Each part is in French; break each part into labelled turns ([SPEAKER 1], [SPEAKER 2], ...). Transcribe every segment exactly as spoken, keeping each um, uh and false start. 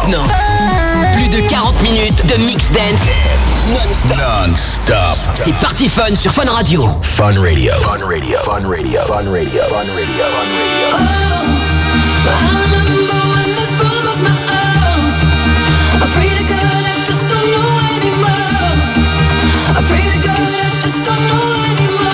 [SPEAKER 1] Maintenant, plus de quarante minutes de mix dance non-stop.
[SPEAKER 2] Non-stop.
[SPEAKER 1] C'est Party Fun sur Fun Radio.
[SPEAKER 2] Fun Radio. Fun Radio. Fun Radio. Fun Radio. Fun Radio. Fun Radio.
[SPEAKER 3] Oh, I remember when this world was my own. Afraid of God, I just don't know anymore. Afraid of God, I just don't know anymore.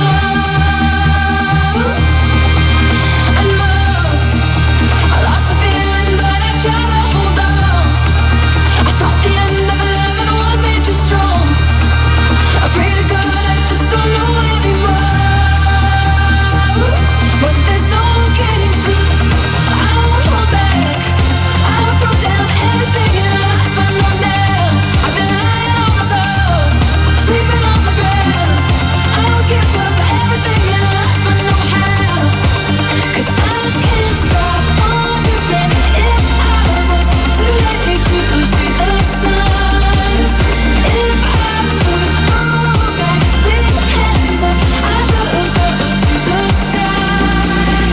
[SPEAKER 3] I know I lost the feeling, but I try to hold on. I thought the end of eleven one made you strong. Afraid of God, I just don't know anymore. But there's no getting free. I won't hold back. I will throw down everything in life I know now. I've been lying on the floor, sleeping on the ground. I will give up everything in life I know how. 'Cause I can't stop wondering if I was too late to see the signs. If I could go back with hands up, I would go to the sky.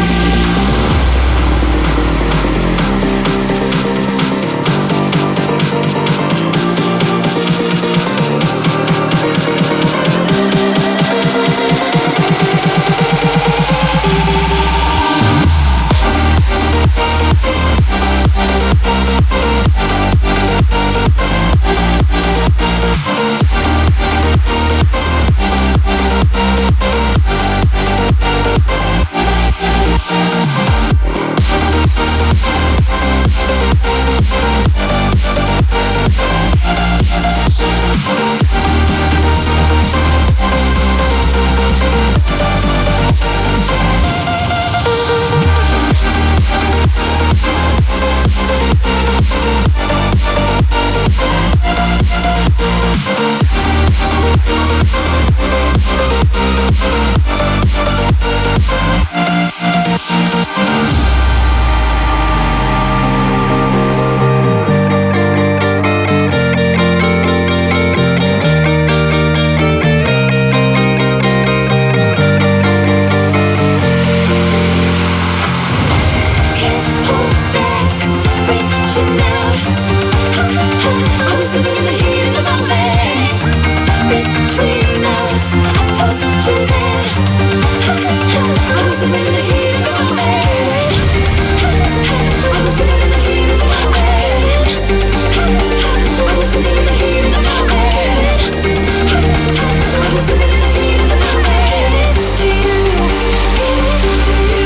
[SPEAKER 3] Can't hold back, reaching out. I was living in the heat of the moment. Between us, I told you that. I was living in the heat of the moment. I was living in the heat of the moment. I was living in the heat of the moment. I was living in the heat of the moment. Do you, do you?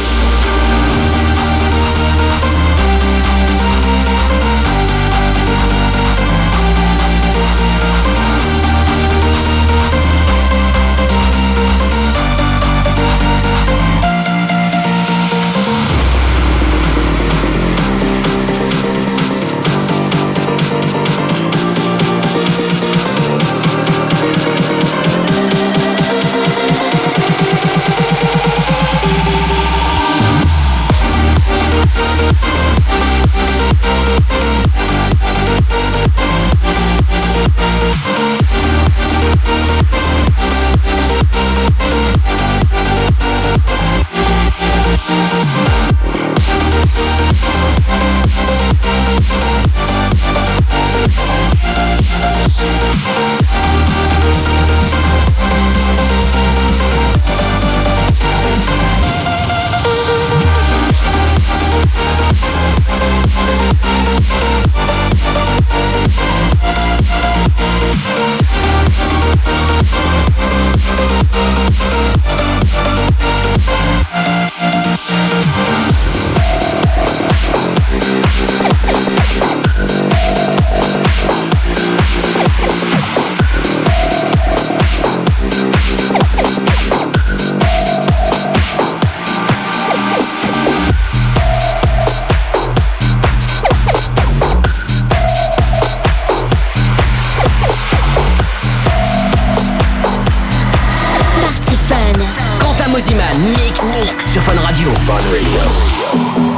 [SPEAKER 1] Moziman, mix, mix sur Fun Radio.
[SPEAKER 2] Fun Radio.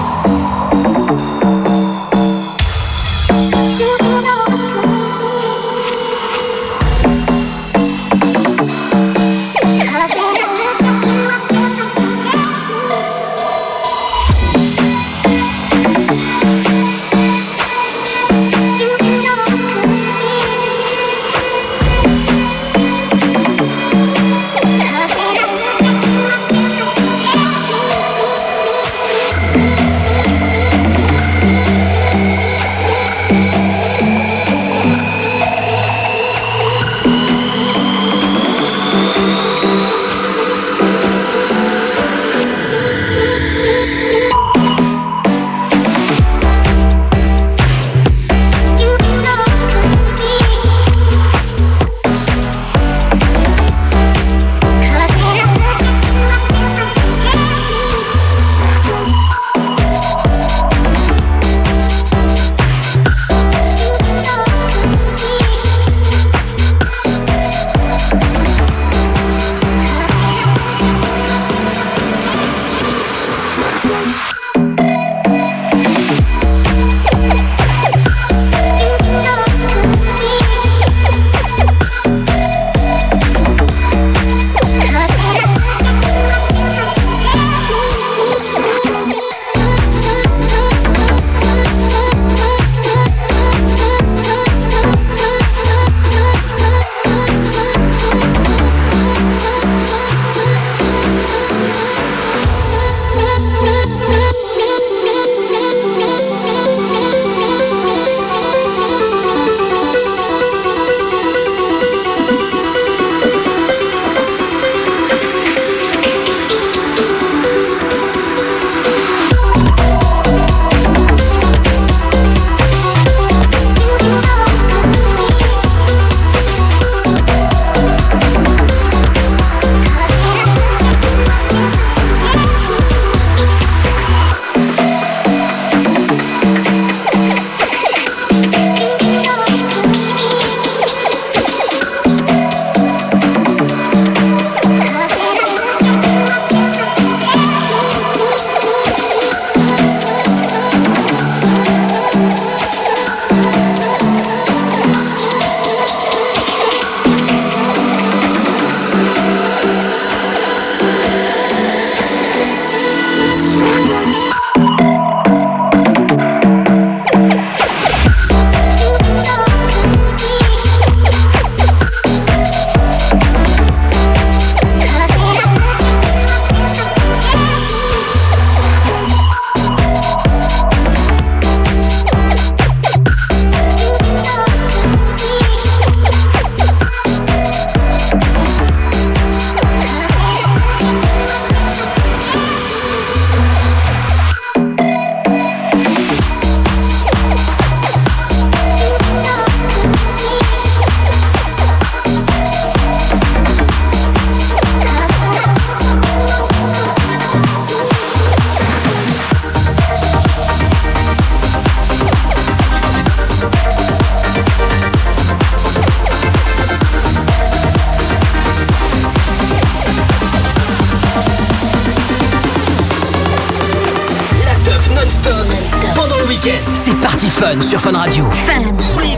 [SPEAKER 1] non-stop. Pendant le week-end, c'est Party Fun sur Fun Radio.
[SPEAKER 3] Fun.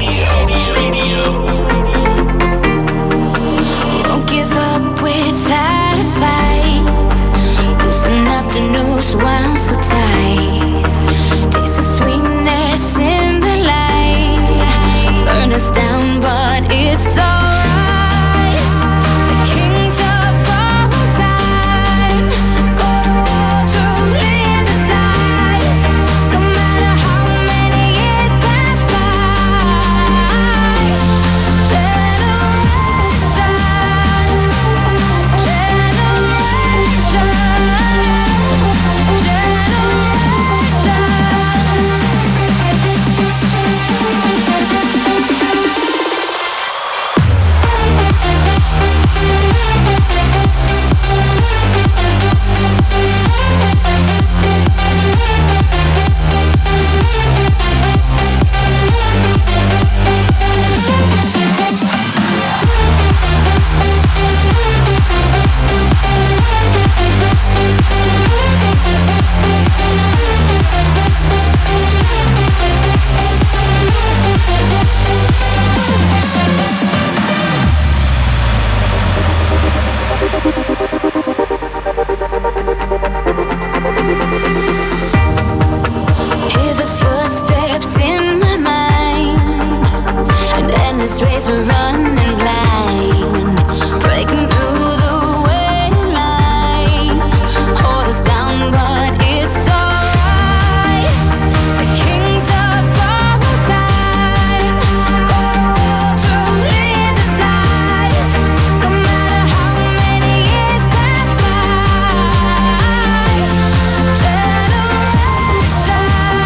[SPEAKER 3] Won't give up without a fight. Loosen up the noose wound so tight. Taste the sweetness in the light. Burn us down, but it's alright. The kings of borrowed time go to war to live this life. No matter how many years pass by. Generation, generation, hear the footsteps in my mind. An endless race, we're running blind. Breaking through the waiting line. Hold us down, but it's alright. The kings of borrowed time go to live this life. No matter how many years pass by. Generation,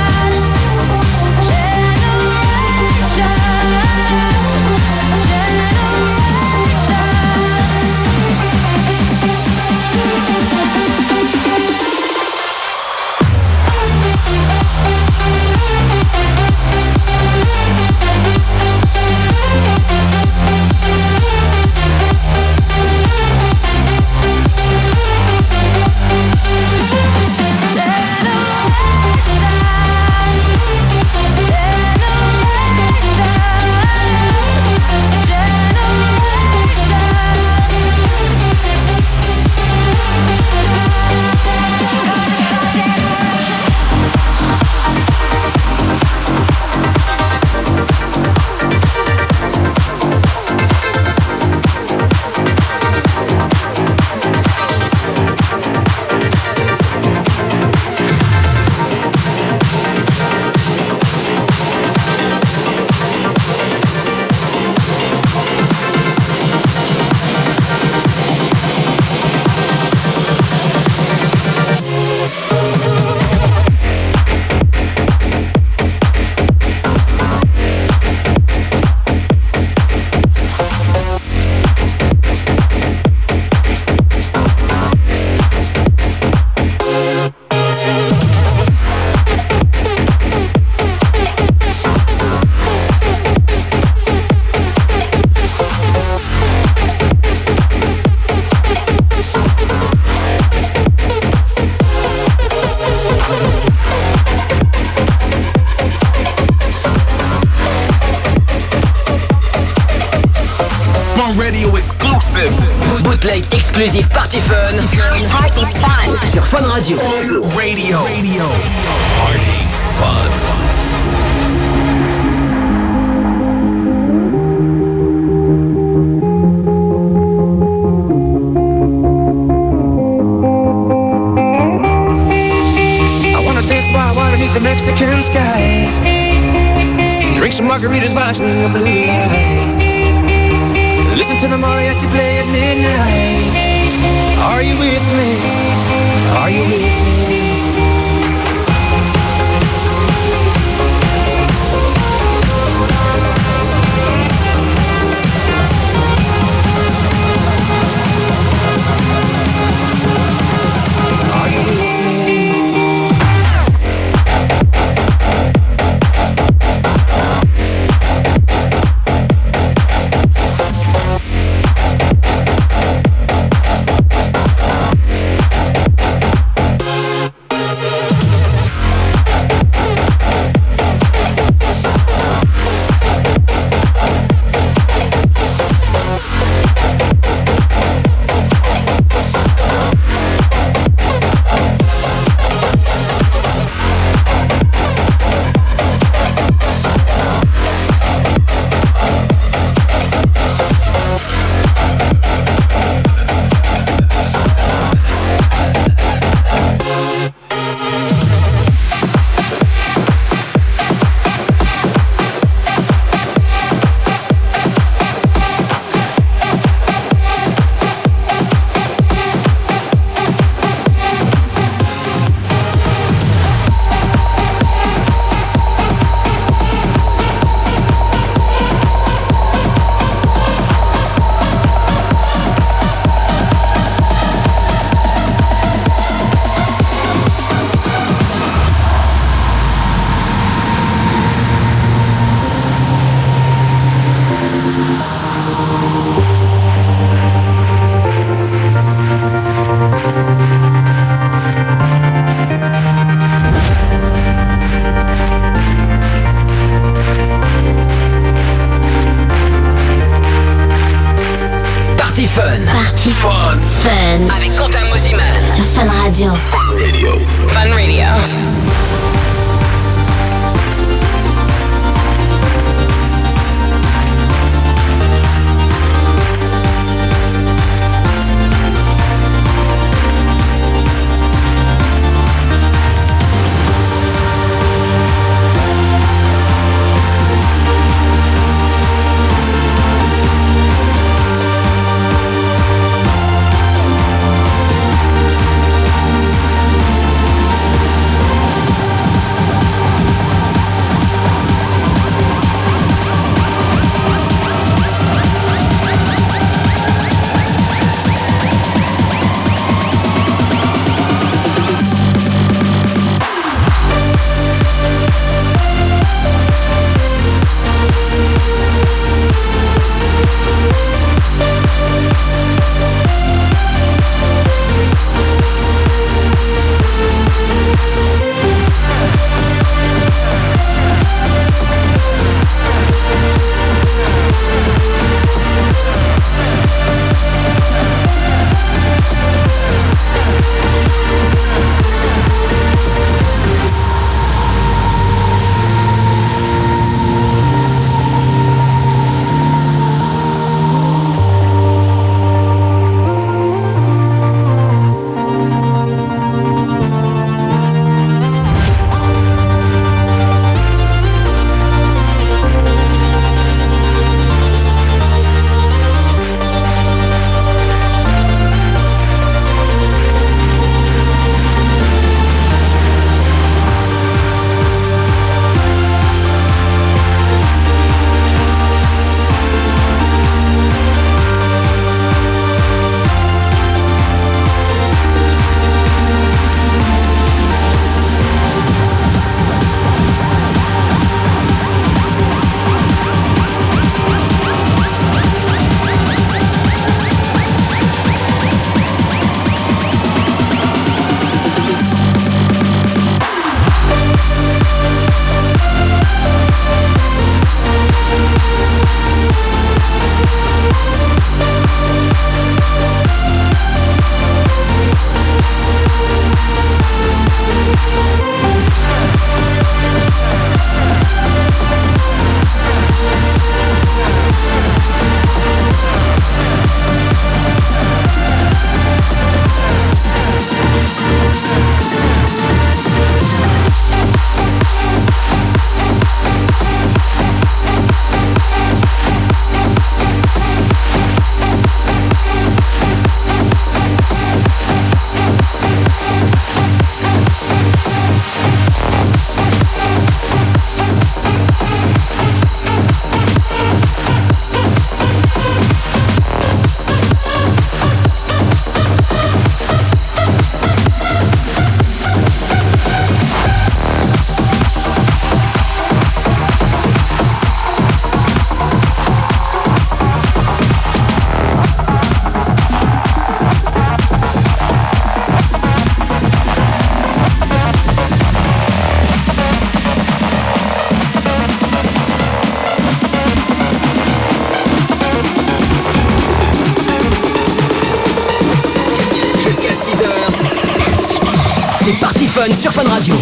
[SPEAKER 4] Radio exclusive.
[SPEAKER 1] Bootleg exclusif Party Fun.
[SPEAKER 3] Party Fun.
[SPEAKER 1] Sur Fun Radio.
[SPEAKER 4] Fun Radio. Radio. Party Fun.
[SPEAKER 5] The Mexican sky. Drink some margaritas, watching the blue lights. Listen to the mariachi play at midnight. Are you with me? Are you with me? Are you with me?
[SPEAKER 6] party.
[SPEAKER 2] Fun.
[SPEAKER 6] Fun.
[SPEAKER 1] Avec Quentin Mosiman.
[SPEAKER 6] Sur Fun Radio.
[SPEAKER 2] Fun Radio.
[SPEAKER 1] Fun Radio. C'est Party Fun sur Fun Radio.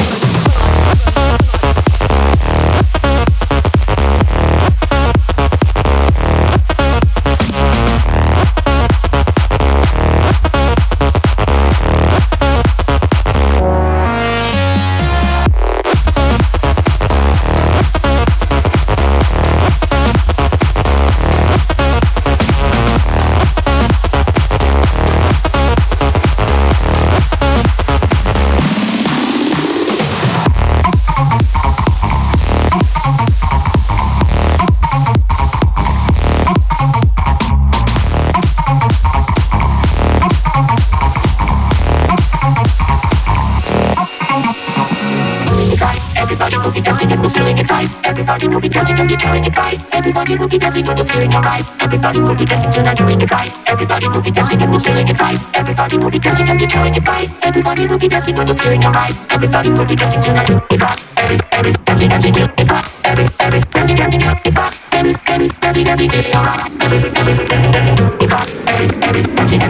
[SPEAKER 7] Everybody will be dancing and enjoying the vibe. Everybody will be dancing and feeling alright. Everybody will be dancing tonight during the vibe. Everybody will be dancing and feeling the vibe. Everybody will be dancing and enjoying the vibe. Everybody will be dancing and feeling alright. Everybody will be dancing tonight during the vibe. Every every dancing dancing during the vibe. Every every dancing dancing during the vibe. Every every dancing dancing feeling alright. Every every dancing dancing during the vibe. Every every dancing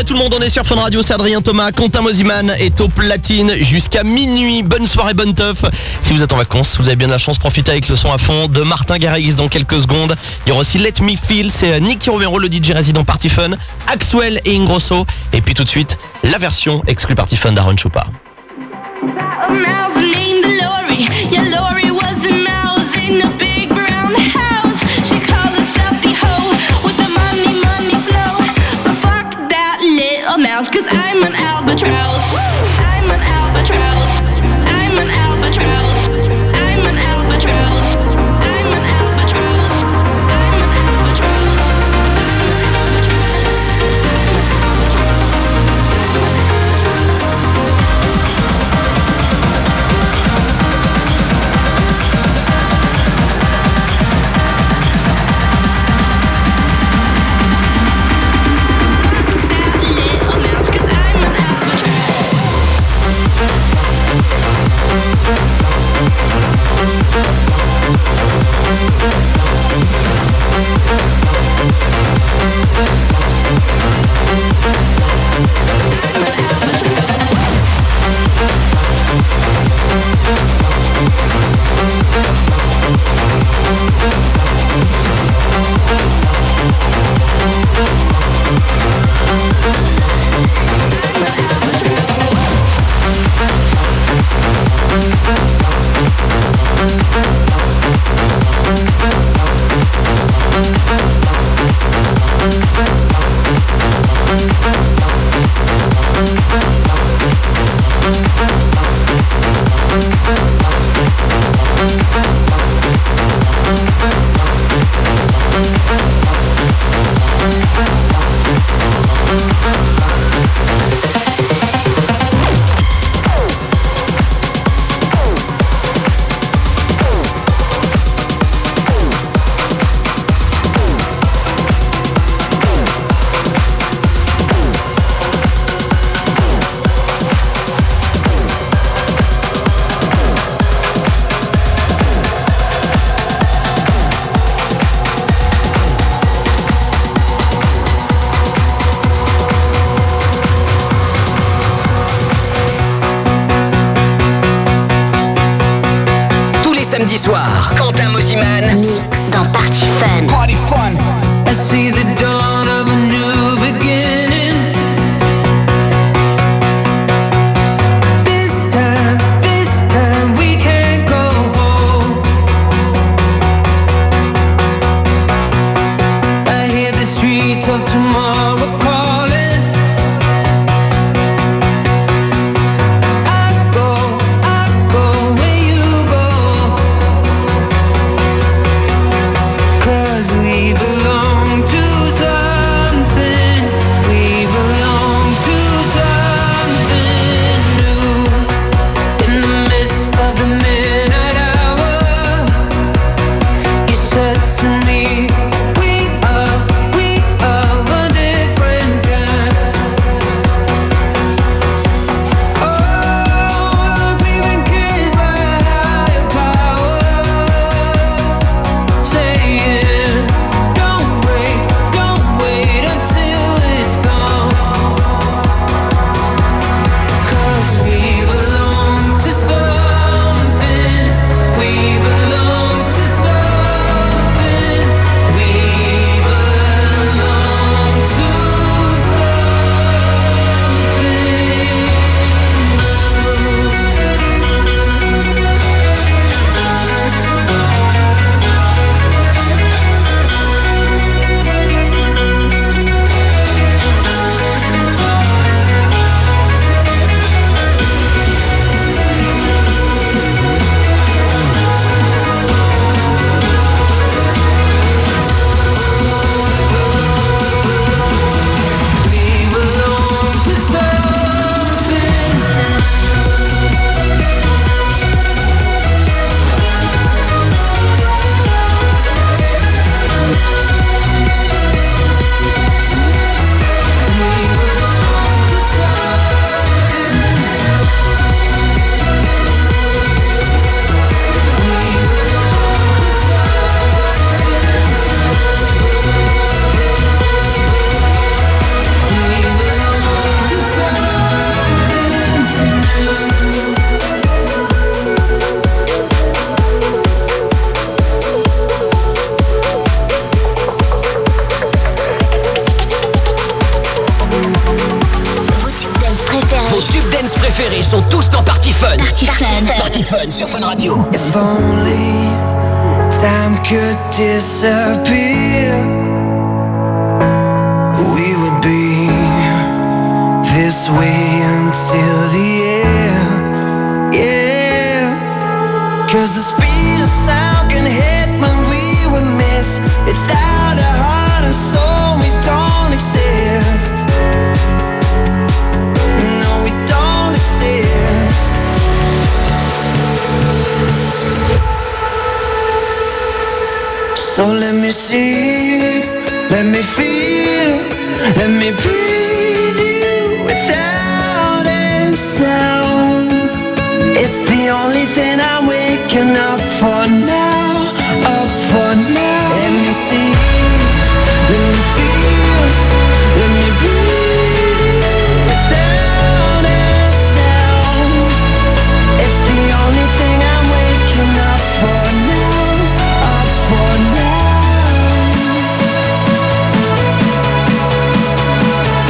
[SPEAKER 6] tout le monde, on est sur Fun Radio, c'est Adrien Thomas, Quentin Mosiman est au platine jusqu'à minuit. Bonne soirée, bonne teuf. Si vous êtes en vacances, vous avez bien de la chance, profitez avec le son à fond de Martin Garrix dans quelques secondes. Il y aura aussi Let Me Feel, c'est Nick qui revient au rôle le D J résident Party Fun, Axwell et Ingrosso. Et puis tout de suite, la version exclue Party Fun d'Aaron Chupa.
[SPEAKER 3] Cause I'm an albatross. I'm an albatross. I'm an albatross. I'm an albatross. I'm an albatross. I'm an albatross.
[SPEAKER 1] Samedi soir, Quentin Mosiman
[SPEAKER 7] Mix dans Party Fun.
[SPEAKER 5] Party fun. I see the dawn of a new beginning. This time, this time we can't go home. I hear the streets of tomorrow calling. I go, I go where you go. 'Cause we belong to
[SPEAKER 1] Party Fun.
[SPEAKER 7] Party Fun.
[SPEAKER 1] Party Fun sur Fun Radio.
[SPEAKER 5] If only time could disappear, we would be this way until the end. Yeah, 'cause the speed of sound can hit when we would miss. Without a heart and soul, we don't exist. No, we don't exist. So let me see, let me feel, let me breathe you without a sound. It's the only thing I'm waking up for now, up for now. Let me see, let me feel, let me breathe you without a sound. It's the only thing I'm waking up for now, up for now.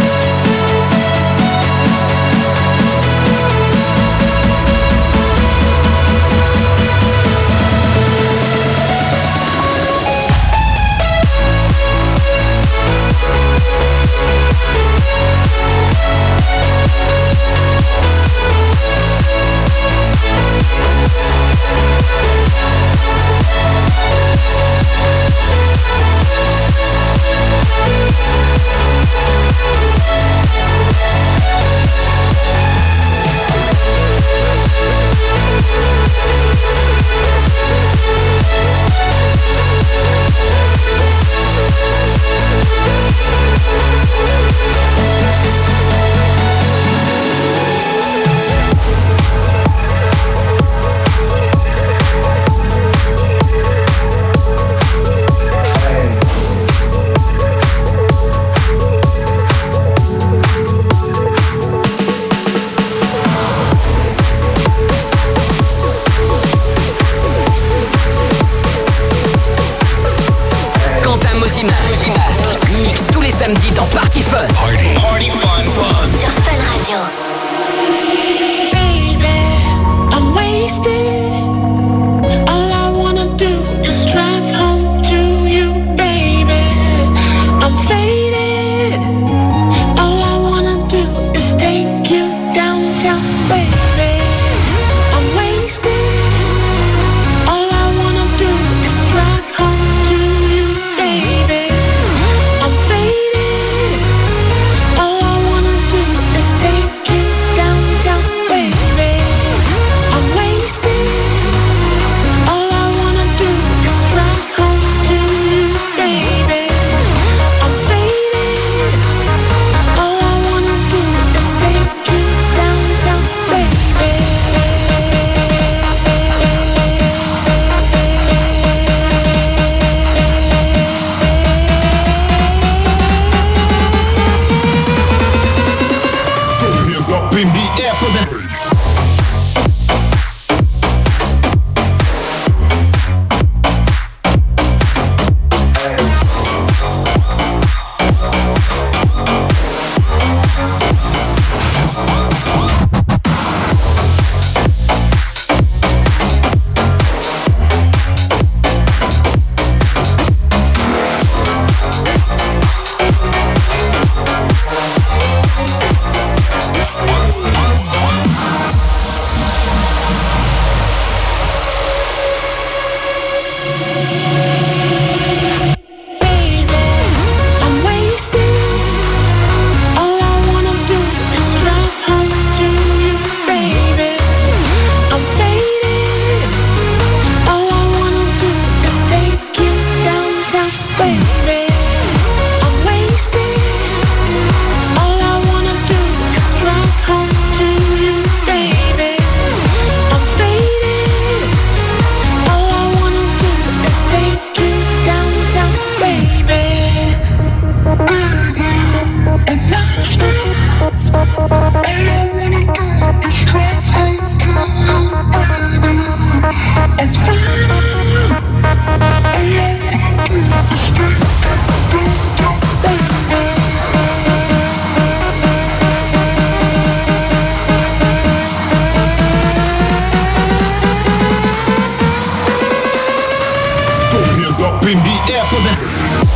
[SPEAKER 4] air for the...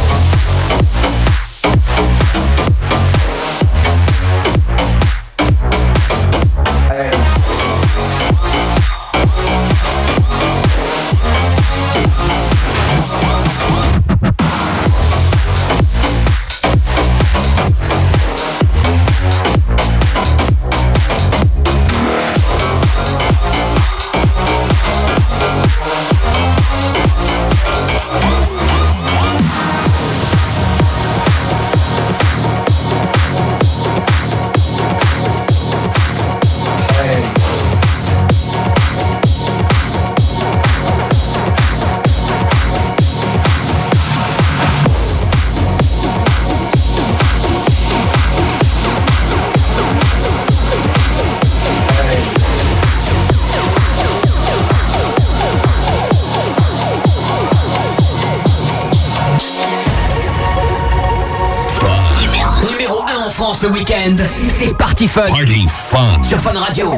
[SPEAKER 1] Ce week-end, c'est Party Fun.
[SPEAKER 4] Party Fun.
[SPEAKER 1] Sur Fun Radio.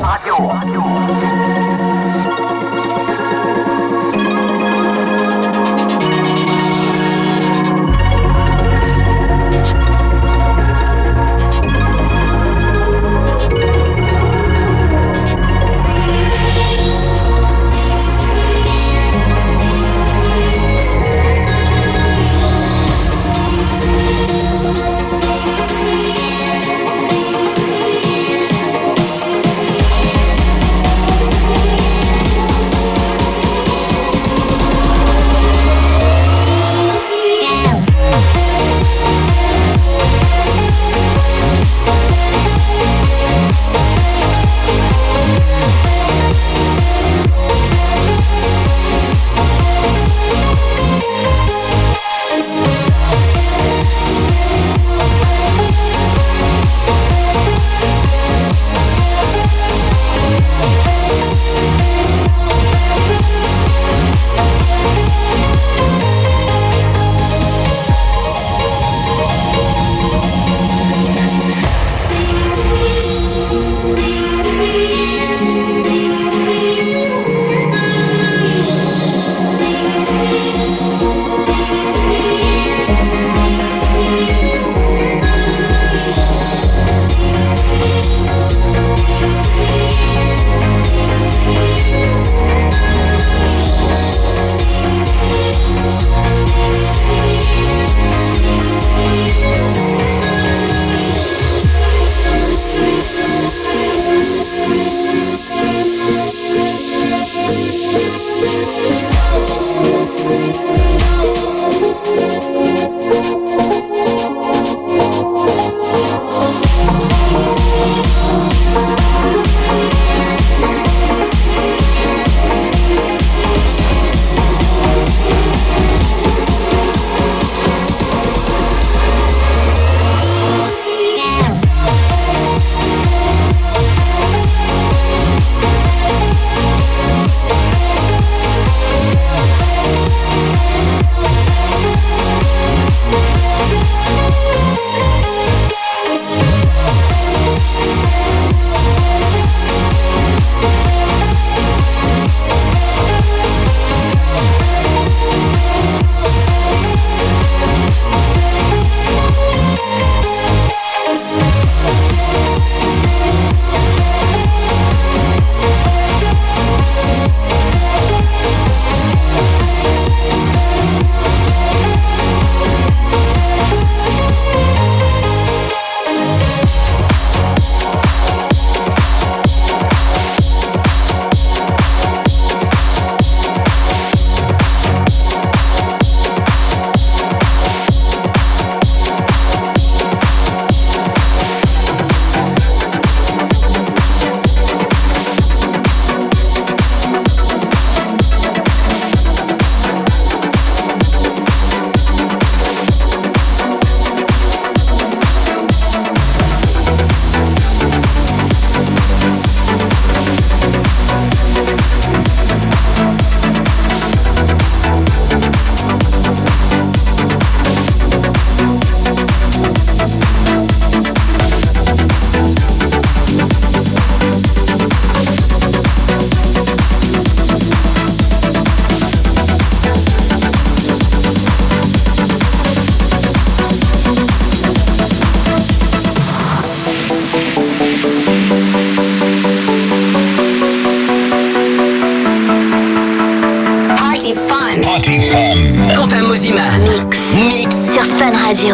[SPEAKER 4] Party Fun.
[SPEAKER 1] Quentin Mosiman.
[SPEAKER 7] Mix.
[SPEAKER 1] Mix.
[SPEAKER 7] Sur Fun Radio.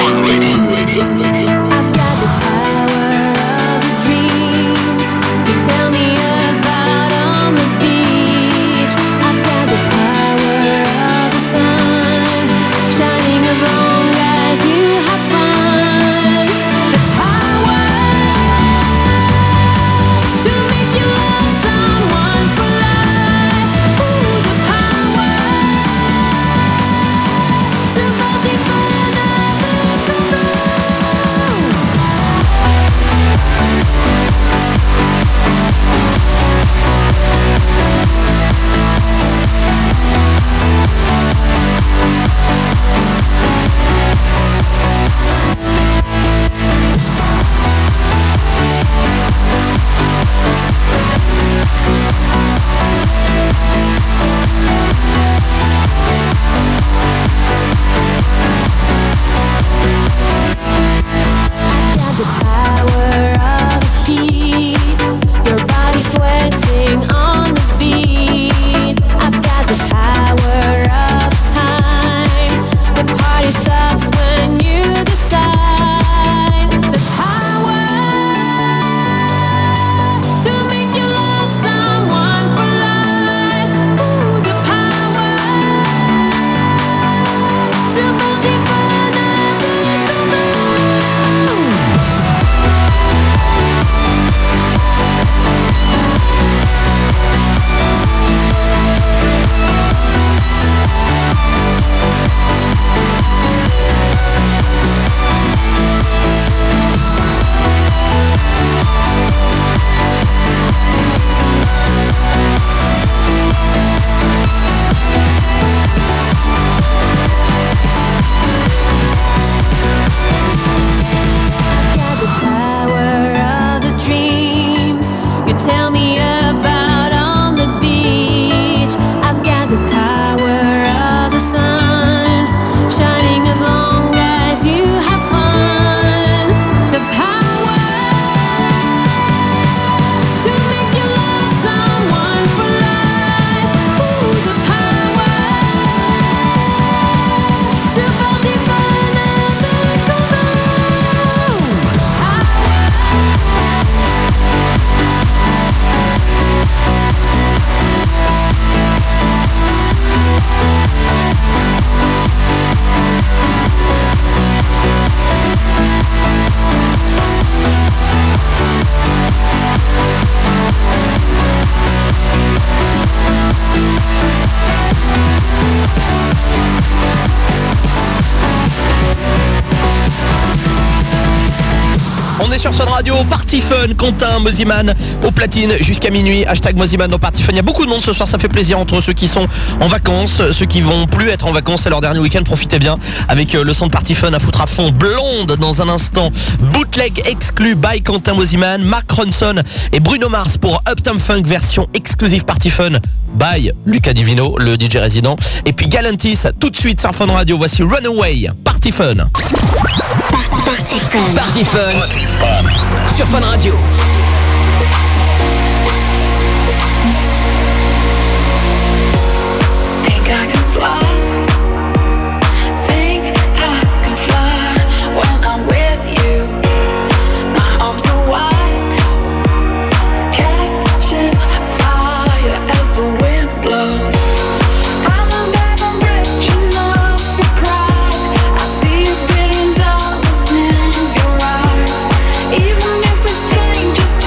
[SPEAKER 3] I've got the power of the dreams you tell me about on the beach. I've got the power of the sun shining as long as you have fun. The power to make you love someone for life. Ooh, the power to multiply another. Got the power of the heat, your body sweating on the beat. I've got the power of time, the party stops when you decide. The power to make you love someone for life. Ooh, the power to multiply another. Got the power of the dreams you tell me about on the beach. I've got the power of the sun shining as long as you have fun. The power to make you love someone for life. Ooh, the power to multiply another.
[SPEAKER 6] On est sur Fun Radio, Party Fun, Quentin Mosiman au platine jusqu'à minuit, hashtag Mosiman dans Party Fun. Il y a beaucoup de monde ce soir, ça fait plaisir, entre ceux qui sont en vacances, ceux qui vont plus être en vacances, c'est leur dernier week-end, profitez bien avec euh, le son de Party Fun à foutre à fond. Blonde dans un instant, bootleg exclu by Quentin Mosiman, Mark Ronson et Bruno Mars pour Uptown Funk version exclusive Party Fun by Luca Divino, le D J résident. Et puis Galantis, tout de suite sur Fun Radio, voici Runaway, Party Fun.
[SPEAKER 7] Party Fun.
[SPEAKER 1] Party Fun.
[SPEAKER 4] Party Fun.
[SPEAKER 1] Sur Fun Radio.
[SPEAKER 3] Think I can fly. Think I can fly when I'm with you. My arms are wide, catching fire as the wind blows. I'm never rich enough for pride. I see a billion dollars in your eyes. Even if we're strangers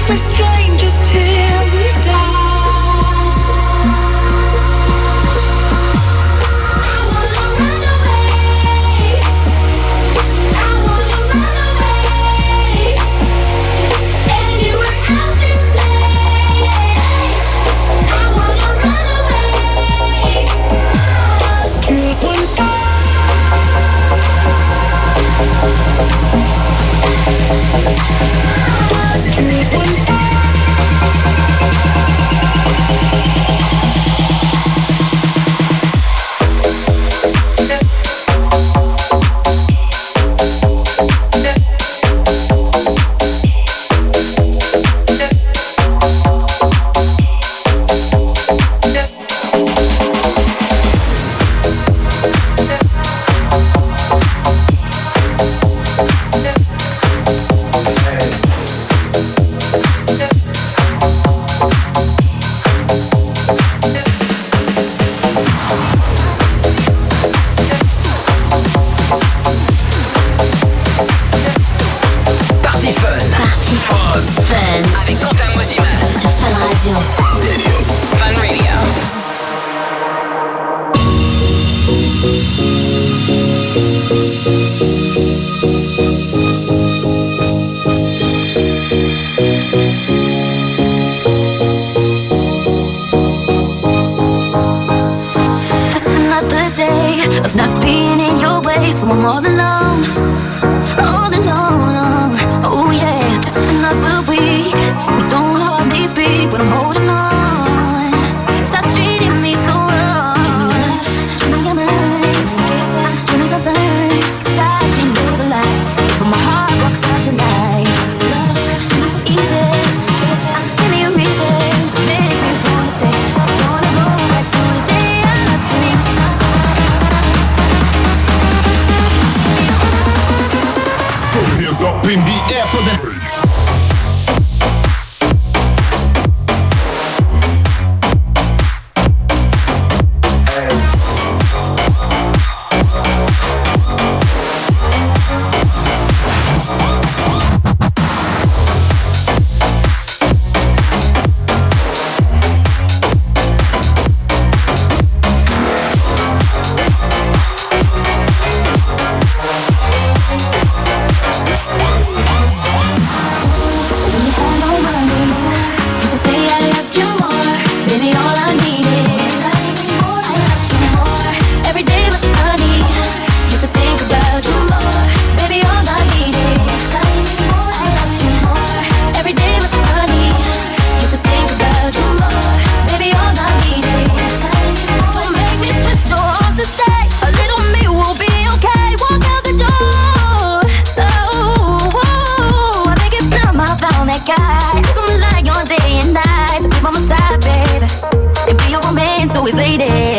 [SPEAKER 3] for strangers till we die. I wanna run away. I wanna run away. Anywhere out this place. I wanna run away.
[SPEAKER 5] Kill one time. Kill one time.
[SPEAKER 1] Party Fun.
[SPEAKER 8] Party Fun.
[SPEAKER 1] Avec Quentin Moziman.
[SPEAKER 8] Sur Fun Radio.
[SPEAKER 1] Fun Radio.
[SPEAKER 8] Just another day of not being in your way, so I'm all alone, all alone. Oh yeah, just another week. We don't hardly speak, but I'm holding on. Stop treating me so wrong. Give me your mind, give me some time, 'cause I can't live a life for my heart walks such a life. Give me some easy, give me a reason to make me wanna stay. Wanna go back to the day I loved you.
[SPEAKER 4] Put your hands up in the air for the.
[SPEAKER 8] Always lady.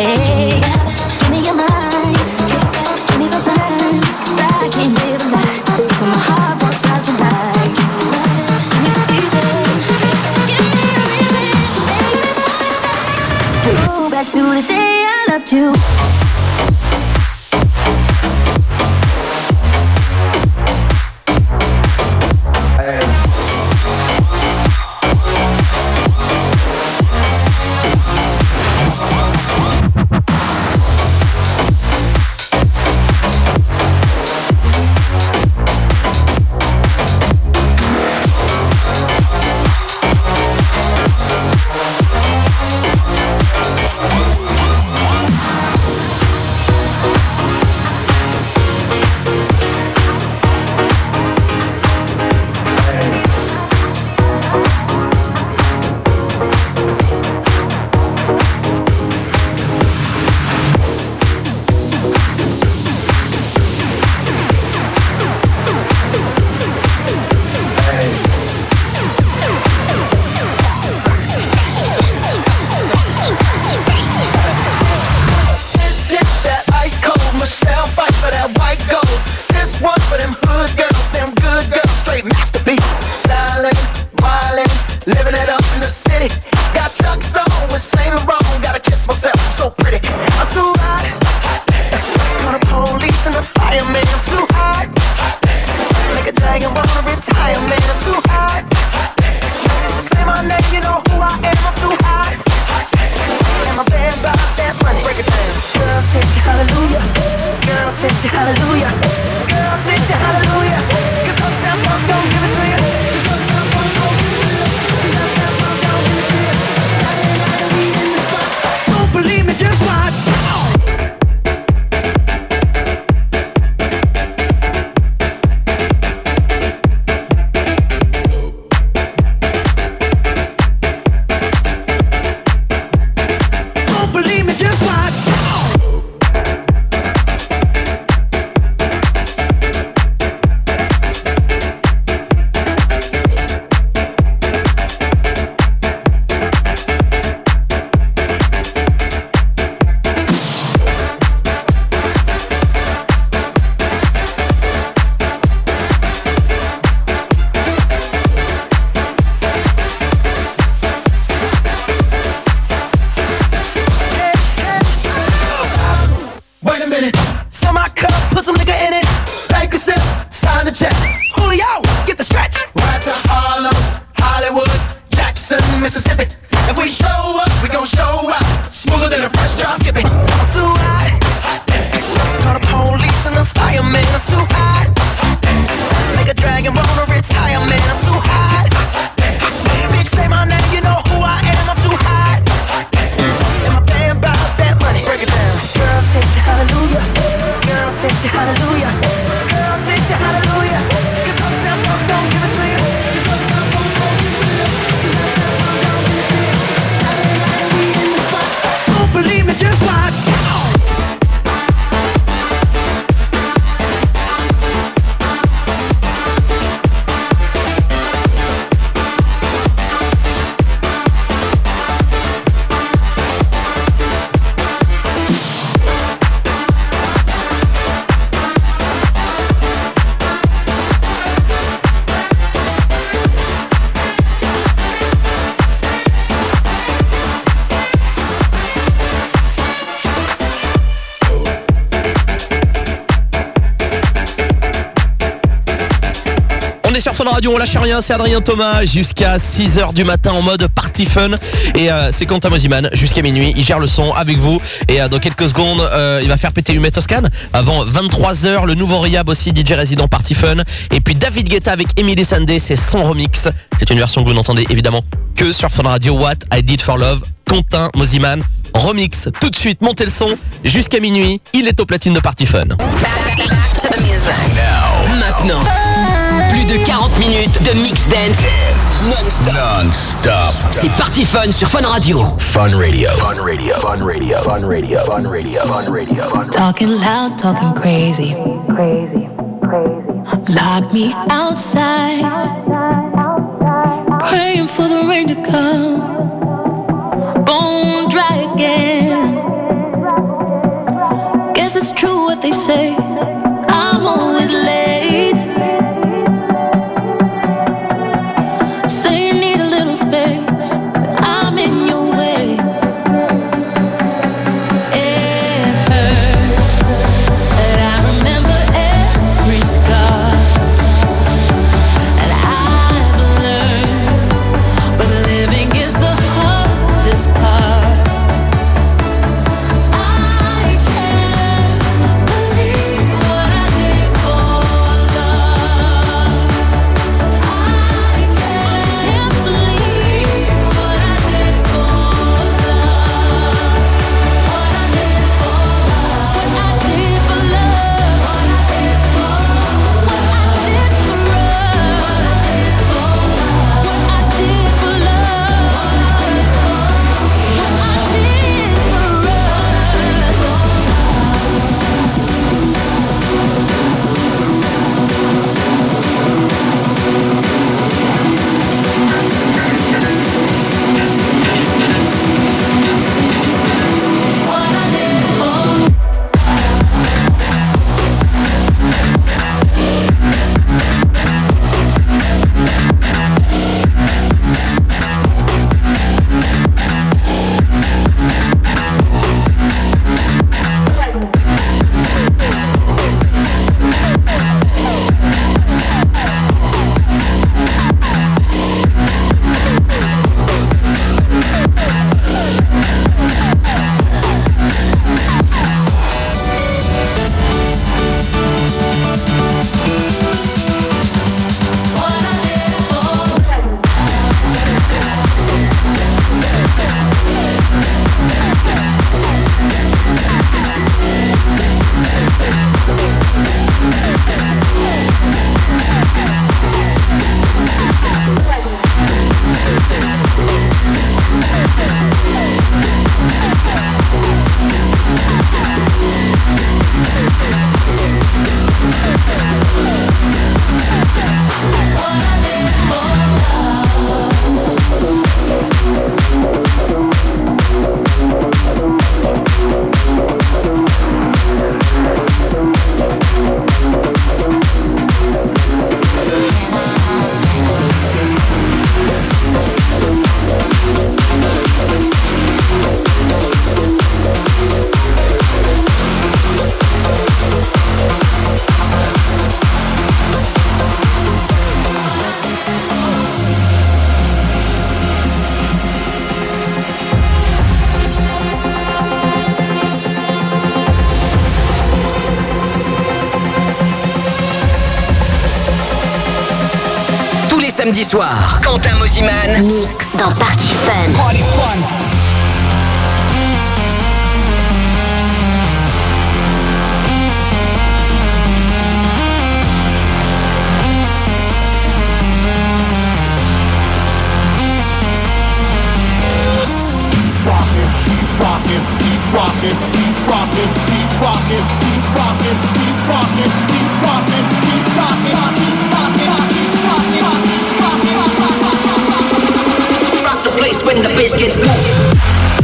[SPEAKER 8] Give me your mind, give me some time, 'cause I can't live a life for my heart walks out your light. Give me some reason, give me a reason to make me wanna stay. Go back to the day I loved you.
[SPEAKER 5] dragon wanna retire, man, I'm too hot. Mississippi. If we show up, we gon' show up. Smoother than a fresh drop skipping. I'm too hot. Call the police and the fireman. I'm too hot. Make a dragon wanna retire, man. I'm too hot. Bitch, say my name, you know who I am. I'm too hot. And my band bout that money. Break it down. Girl, say you hallelujah. Girl, say you hallelujah. Girl, say you hallelujah. Cause uptown funk don't give it to you. Cause uptown funk don't give it to you. Don't believe me, just watch.
[SPEAKER 6] Sur Fun Radio, on lâche rien, c'est Adrien Thomas jusqu'à six heures du matin en mode party fun. Et euh, c'est Quentin Mosiman jusqu'à minuit, il gère le son avec vous. Et euh, dans quelques secondes, euh, il va faire péter Humet Toscane. Avant vingt-trois heures, le nouveau Riyab aussi, D J résident party fun. Et puis David Guetta avec Emily Sandé, c'est son remix. C'est une version que vous n'entendez évidemment que sur Fun Radio. What I Did For Love, Quentin Mosiman remix. Tout de suite, montez le son jusqu'à minuit. Il est au platine de party fun.
[SPEAKER 1] Maintenant, plus de quarante minutes de mix dance non-stop.
[SPEAKER 2] Non-stop.
[SPEAKER 1] C'est Party Fun sur Fun Radio.
[SPEAKER 2] Fun Radio. Fun Radio. Fun Radio. Fun Radio. Fun Radio. Fun Radio. Fun Radio.
[SPEAKER 3] Talking loud, talking crazy. Crazy, crazy. Lock me outside. Praying for the rain to come. Bone dry again. Guess it's true what they say. I'm always late. Say you need a little space. I'm in your way. It hurts, but I remember every scar. And I've learned when living is the hardest.
[SPEAKER 1] samedi soir. Quentin Mosiman.
[SPEAKER 8] Mix dans Party Fun.
[SPEAKER 4] Party fun.
[SPEAKER 9] Rockin', keep rockin', keep rockin', keep rockin', keep rockin', keep rockin', keep rockin', keep rockin', keep rockin', keep rockin',
[SPEAKER 1] Rock the place when the bass gets moving.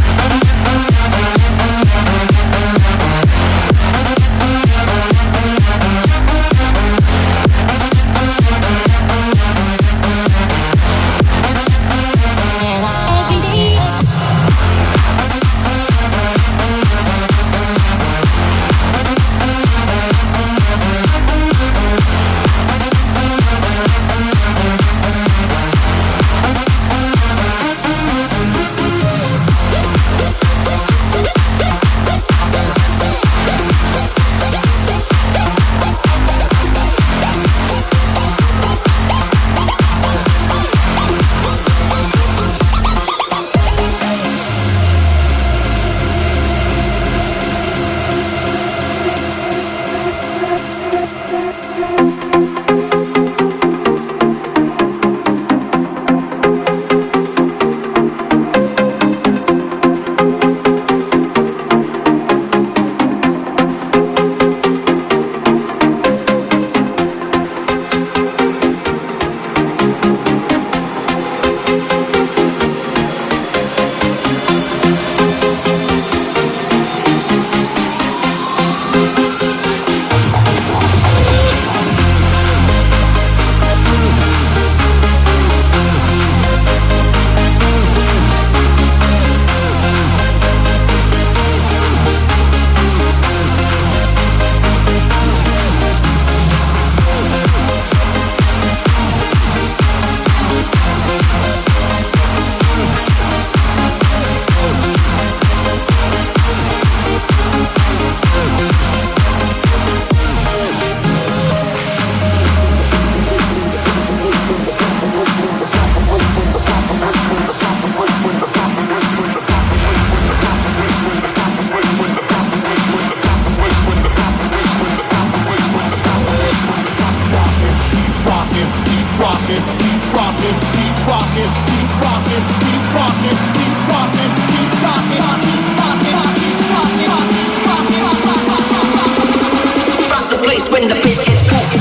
[SPEAKER 1] When the bass gets moving.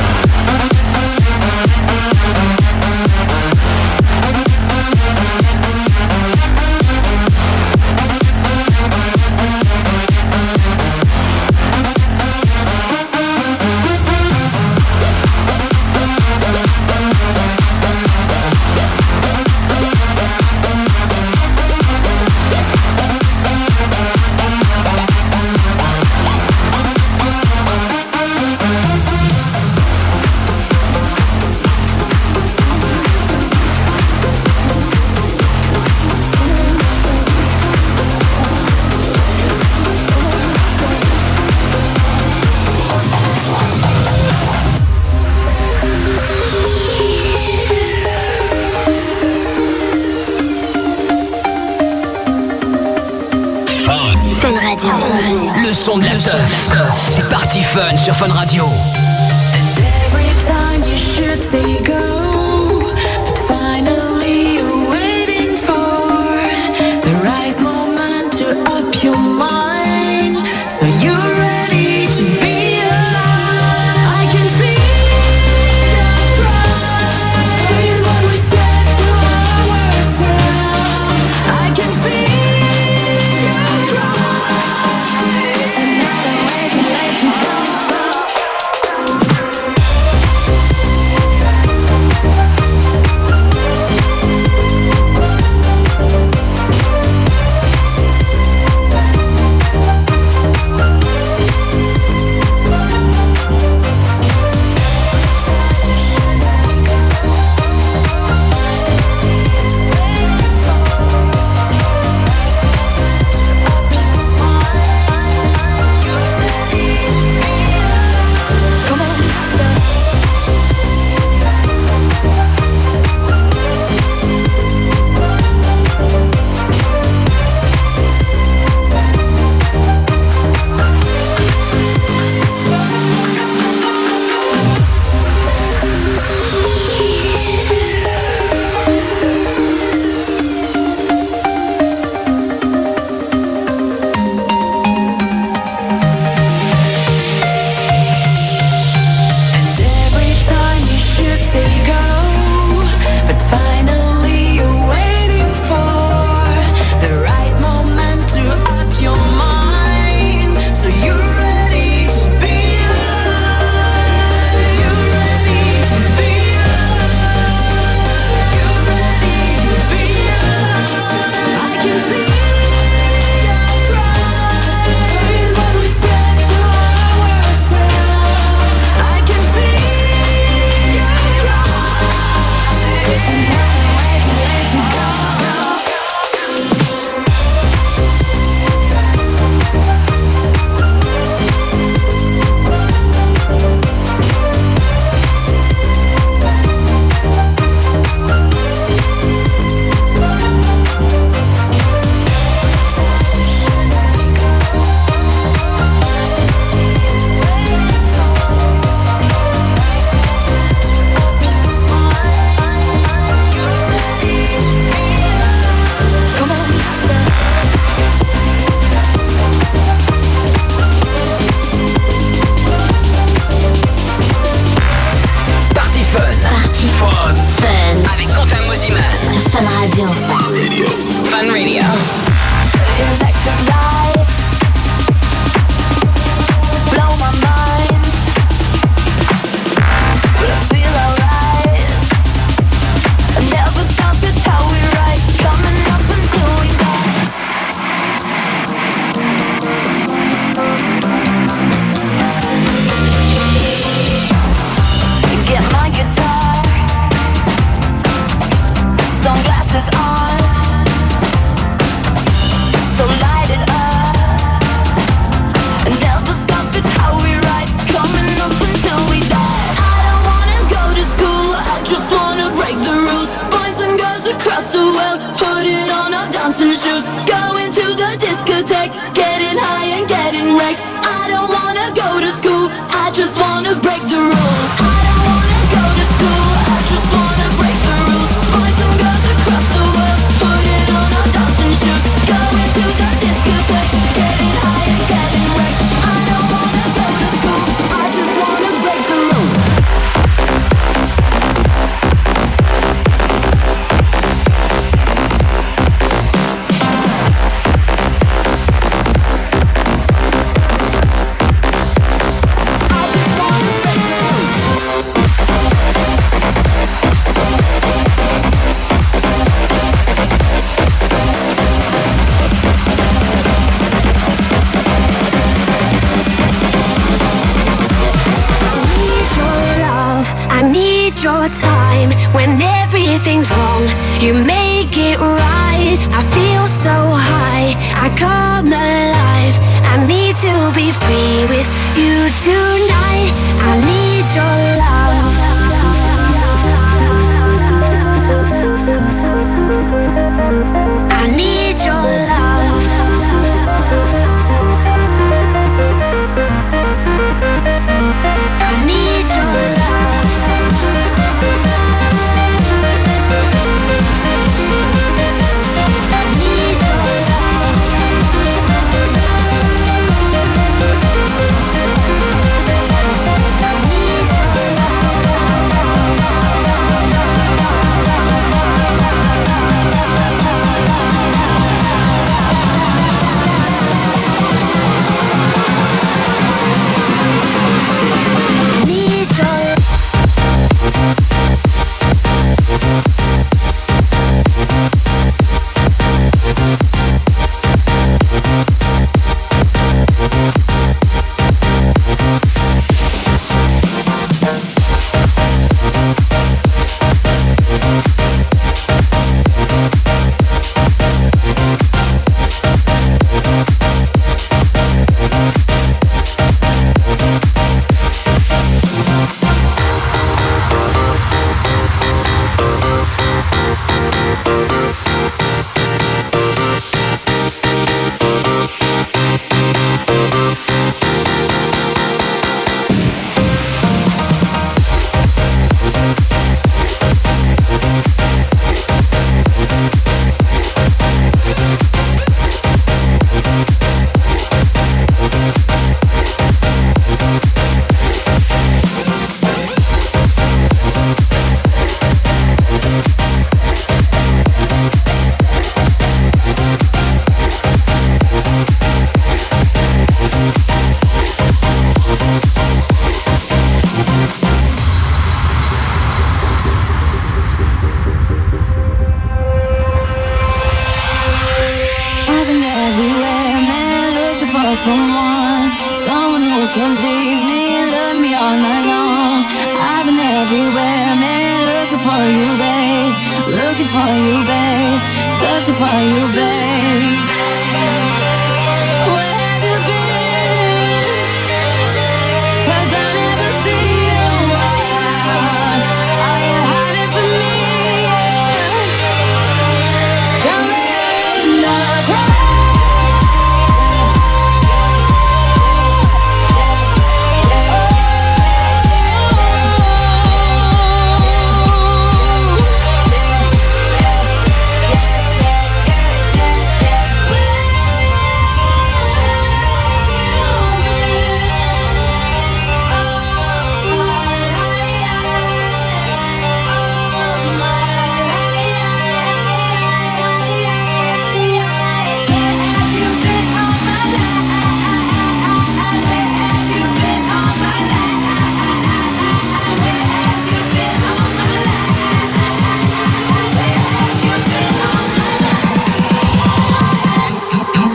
[SPEAKER 1] Le son de la teuf, c'est Party Fun sur Fun Radio.
[SPEAKER 3] Every time you should say go, but finally you're waiting for the right moment to up your mind, so you're ready to be alive. I can feel the pride is what we said to ourselves. I can feel your pride. There's another way to let you go.
[SPEAKER 1] radio.
[SPEAKER 2] Fun Radio.
[SPEAKER 1] Fun Radio.
[SPEAKER 8] Electric lights blow my mind, but I feel alright. I never stop, it's how we ride, coming up until we die. Get my guitar, sunglasses on, so light it up. Never stop, it's how we ride, coming up until we die. I don't wanna go to school, I just wanna break the rules. Boys and girls across the world, put it on our dancing shoes. Going to the discotheque, getting high and getting wrecked. I don't wanna go to school, I just wanna break the rules. I don't wanna go to school, I just wanna break the rules. Boys and girls across the world, put it on our dancing shoes. Going to the discotheque, getting high and getting wrecked. I don't wanna go to school, I just wanna break the rules. I just wanna break the rules.
[SPEAKER 10] I need your love, I need your time. When everything's wrong, you make it right. I feel so high, I come alive. I need to be free with you tonight. I need your love. I need your love. I need your love. I need your love. Need your I've been everywhere, man, looking for someone, someone who can please me, love me all night long. I've been everywhere, man, looking for you, babe, looking for you, babe, searching for you, babe. Where have you been? 'Cause I never see you. Are you hiding from me? Somewhere in the crowd.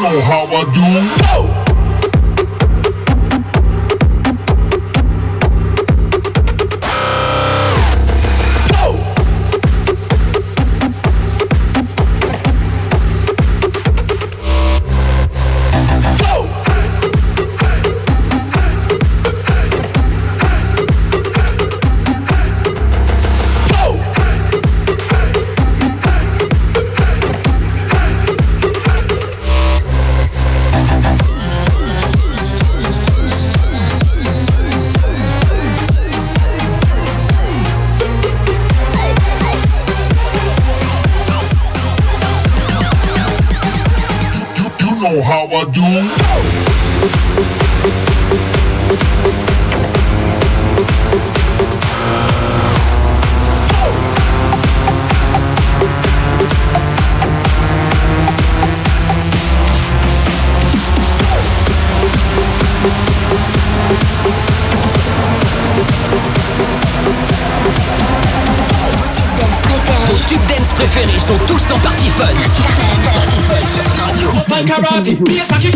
[SPEAKER 9] know how I do. Go! How I do.
[SPEAKER 1] Vos tubes dance préférés sont tous dans Party Fun. Party Fun sur Fun Radio.
[SPEAKER 5] Karate, Miyazaki.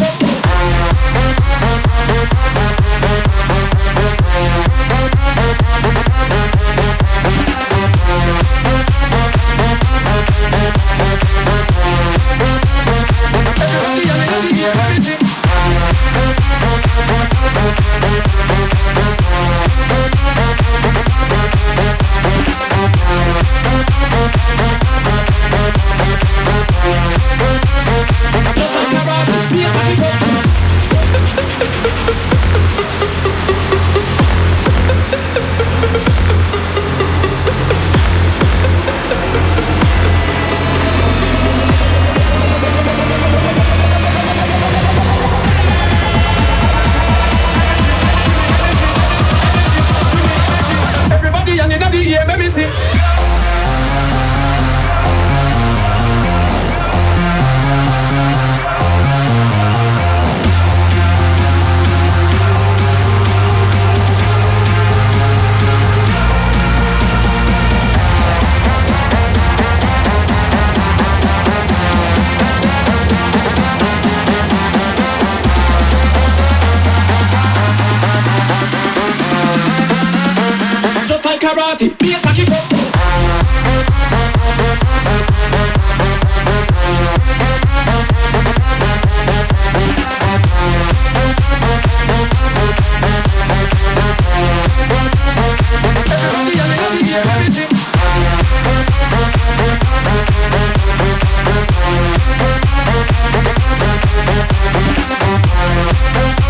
[SPEAKER 5] Karate, Miyazaki.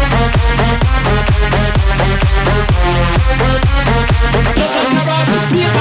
[SPEAKER 5] Be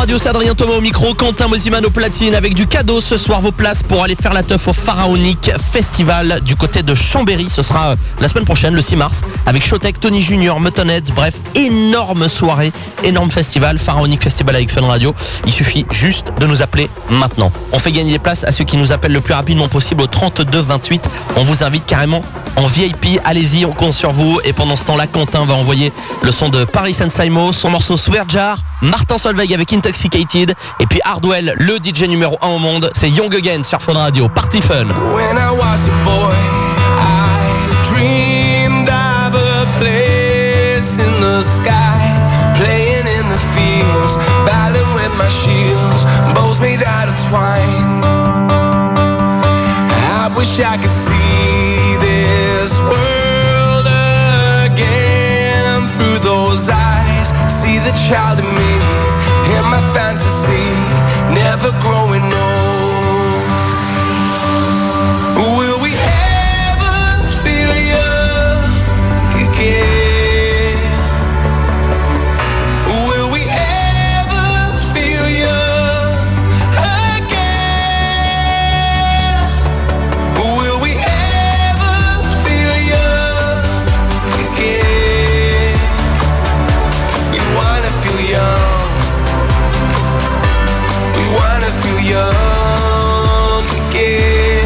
[SPEAKER 6] Radio, c'est Adrien Thomas au micro, Quentin Mosiman au platine avec du cadeau ce soir, vos places pour aller faire la teuf au Pharaonique Festival du côté de Chambéry. Ce sera la semaine prochaine, le six mars, avec Showtek, Tony Junior, Muttonheads, bref, énorme soirée, énorme festival, Pharaonique Festival avec Fun Radio. Il suffit juste de nous appeler maintenant. On fait gagner des places à ceux qui nous appellent le plus rapidement possible au trente-deux vingt-huit. On vous invite carrément en V I P, allez-y, on compte sur vous. Et pendant ce temps-là, Quentin va envoyer le son de Paris Saint-Simon, son morceau Swear Jar, Martin Solveig avec Intoxicated, et puis Hardwell, le D J numéro un au monde, c'est Young Again sur Fun Radio. Party Fun.
[SPEAKER 5] When I was a boy, I dreamed of a place in the sky, playing in the fields, battling with my shields, bows made out of twine. I wish I could see this world again through those eyes, see the child in me, in my fantasy, never growing old. Will we ever feel young again? Will we ever feel young again? Will we ever feel young again? We wanna feel young. We wanna feel young again.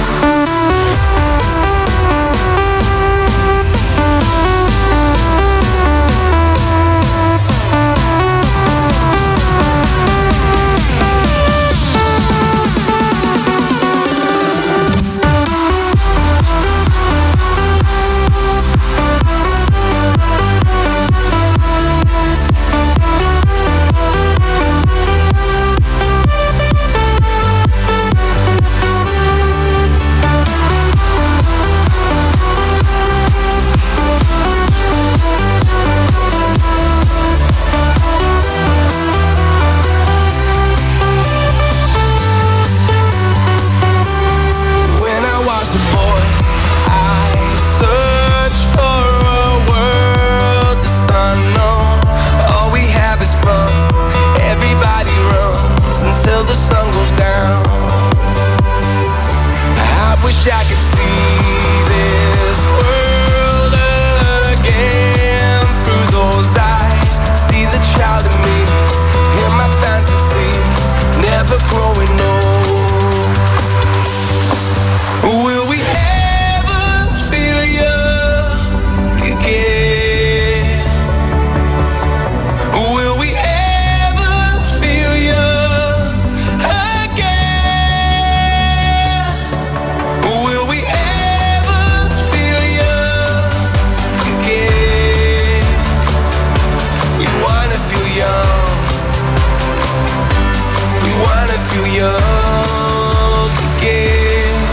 [SPEAKER 5] When I was a boy, I searched for a world that's unknown. All we have is fun. Everybody runs until the sun goes down. I wish I could see this world again through those eyes, see the child in me, in my fantasy, never growing old. Will we ever feel young again? Will we ever feel young again? Will we ever feel young again? We wanna feel young. We wanna feel young again.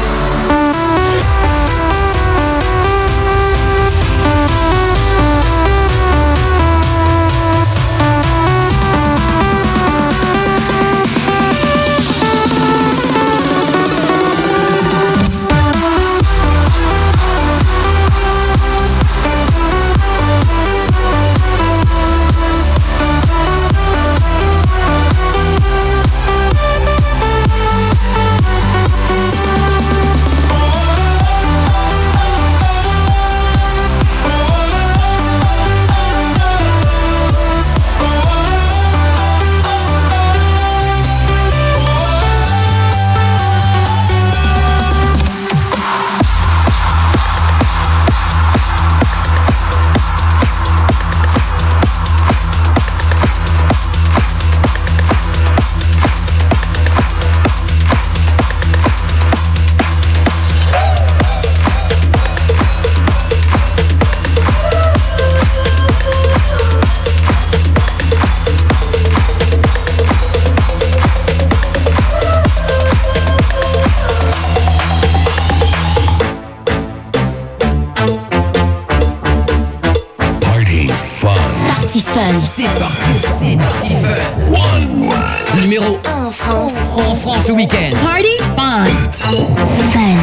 [SPEAKER 1] Party Fun. C'est parti, c'est Party Fun. One. Numéro un en France. En France le week-end. Party Fun. Fun.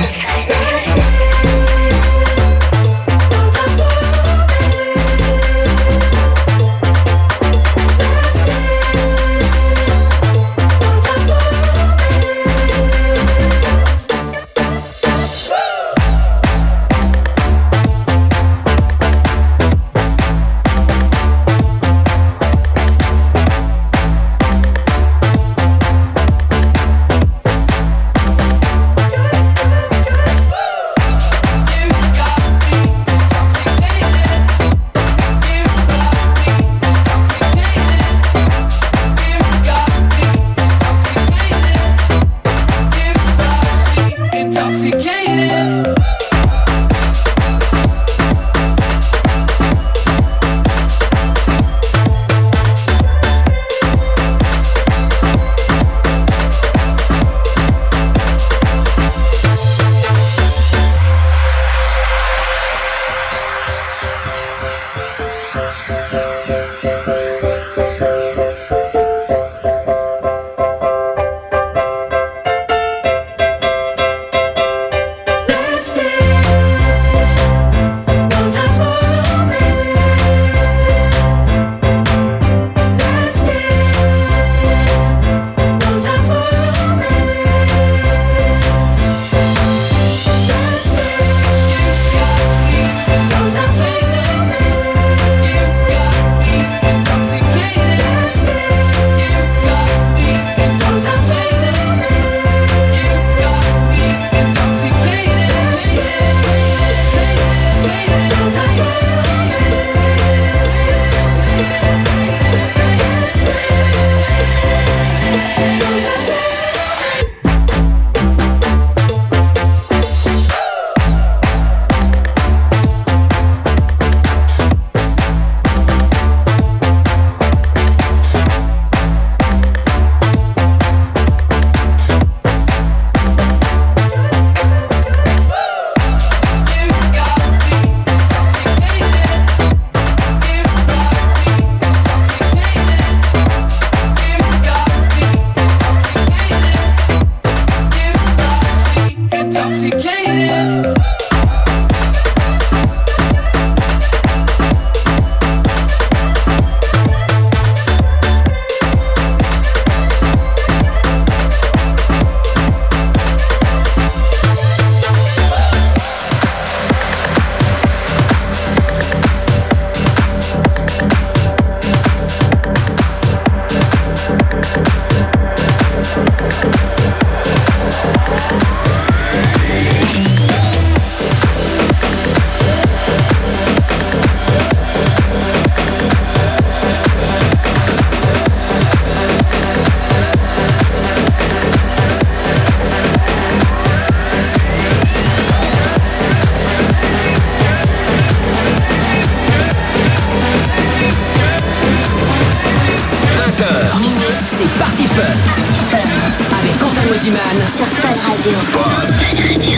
[SPEAKER 1] Moziman
[SPEAKER 8] sur Fun Radio. Fun Radio.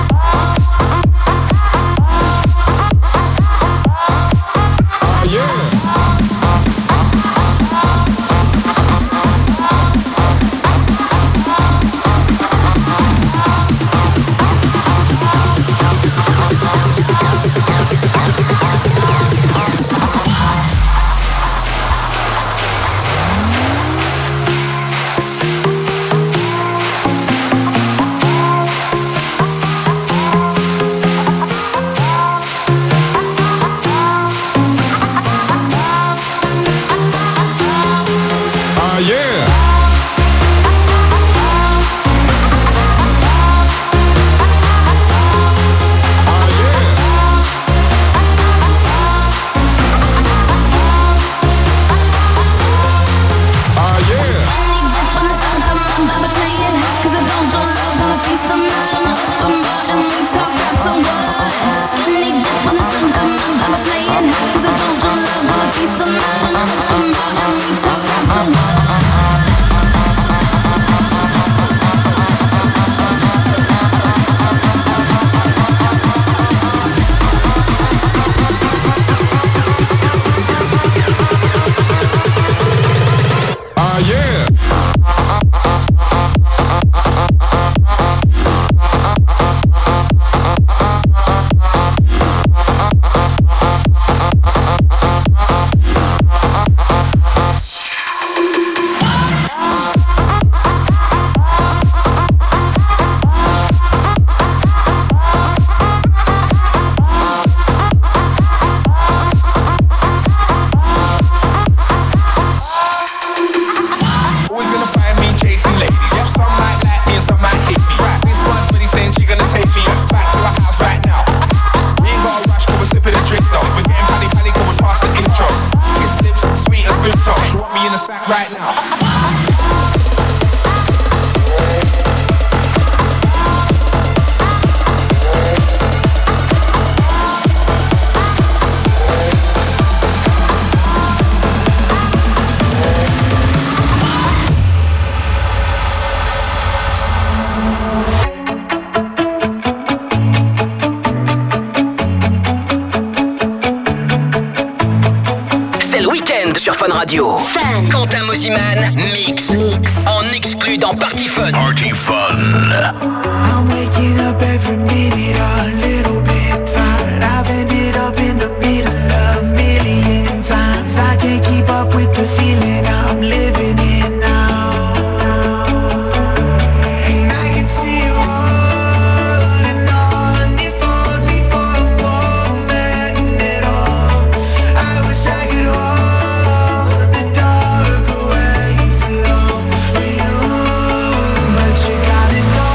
[SPEAKER 11] Yeah.
[SPEAKER 1] C'est le week-end sur Fun Radio.
[SPEAKER 8] Fun.
[SPEAKER 1] Quentin Mosiman mix.
[SPEAKER 8] Mix.
[SPEAKER 1] En exclu dans Party Fun.
[SPEAKER 4] Party Fun.
[SPEAKER 5] I'm waking up every minute a little bit tired. I've ended up in the middle a million times. I can't keep up with the feeling I'm living in now. And I can see you holding on. If only for a moment at all. I wish I could hold the dark away for long for you. But you gotta know.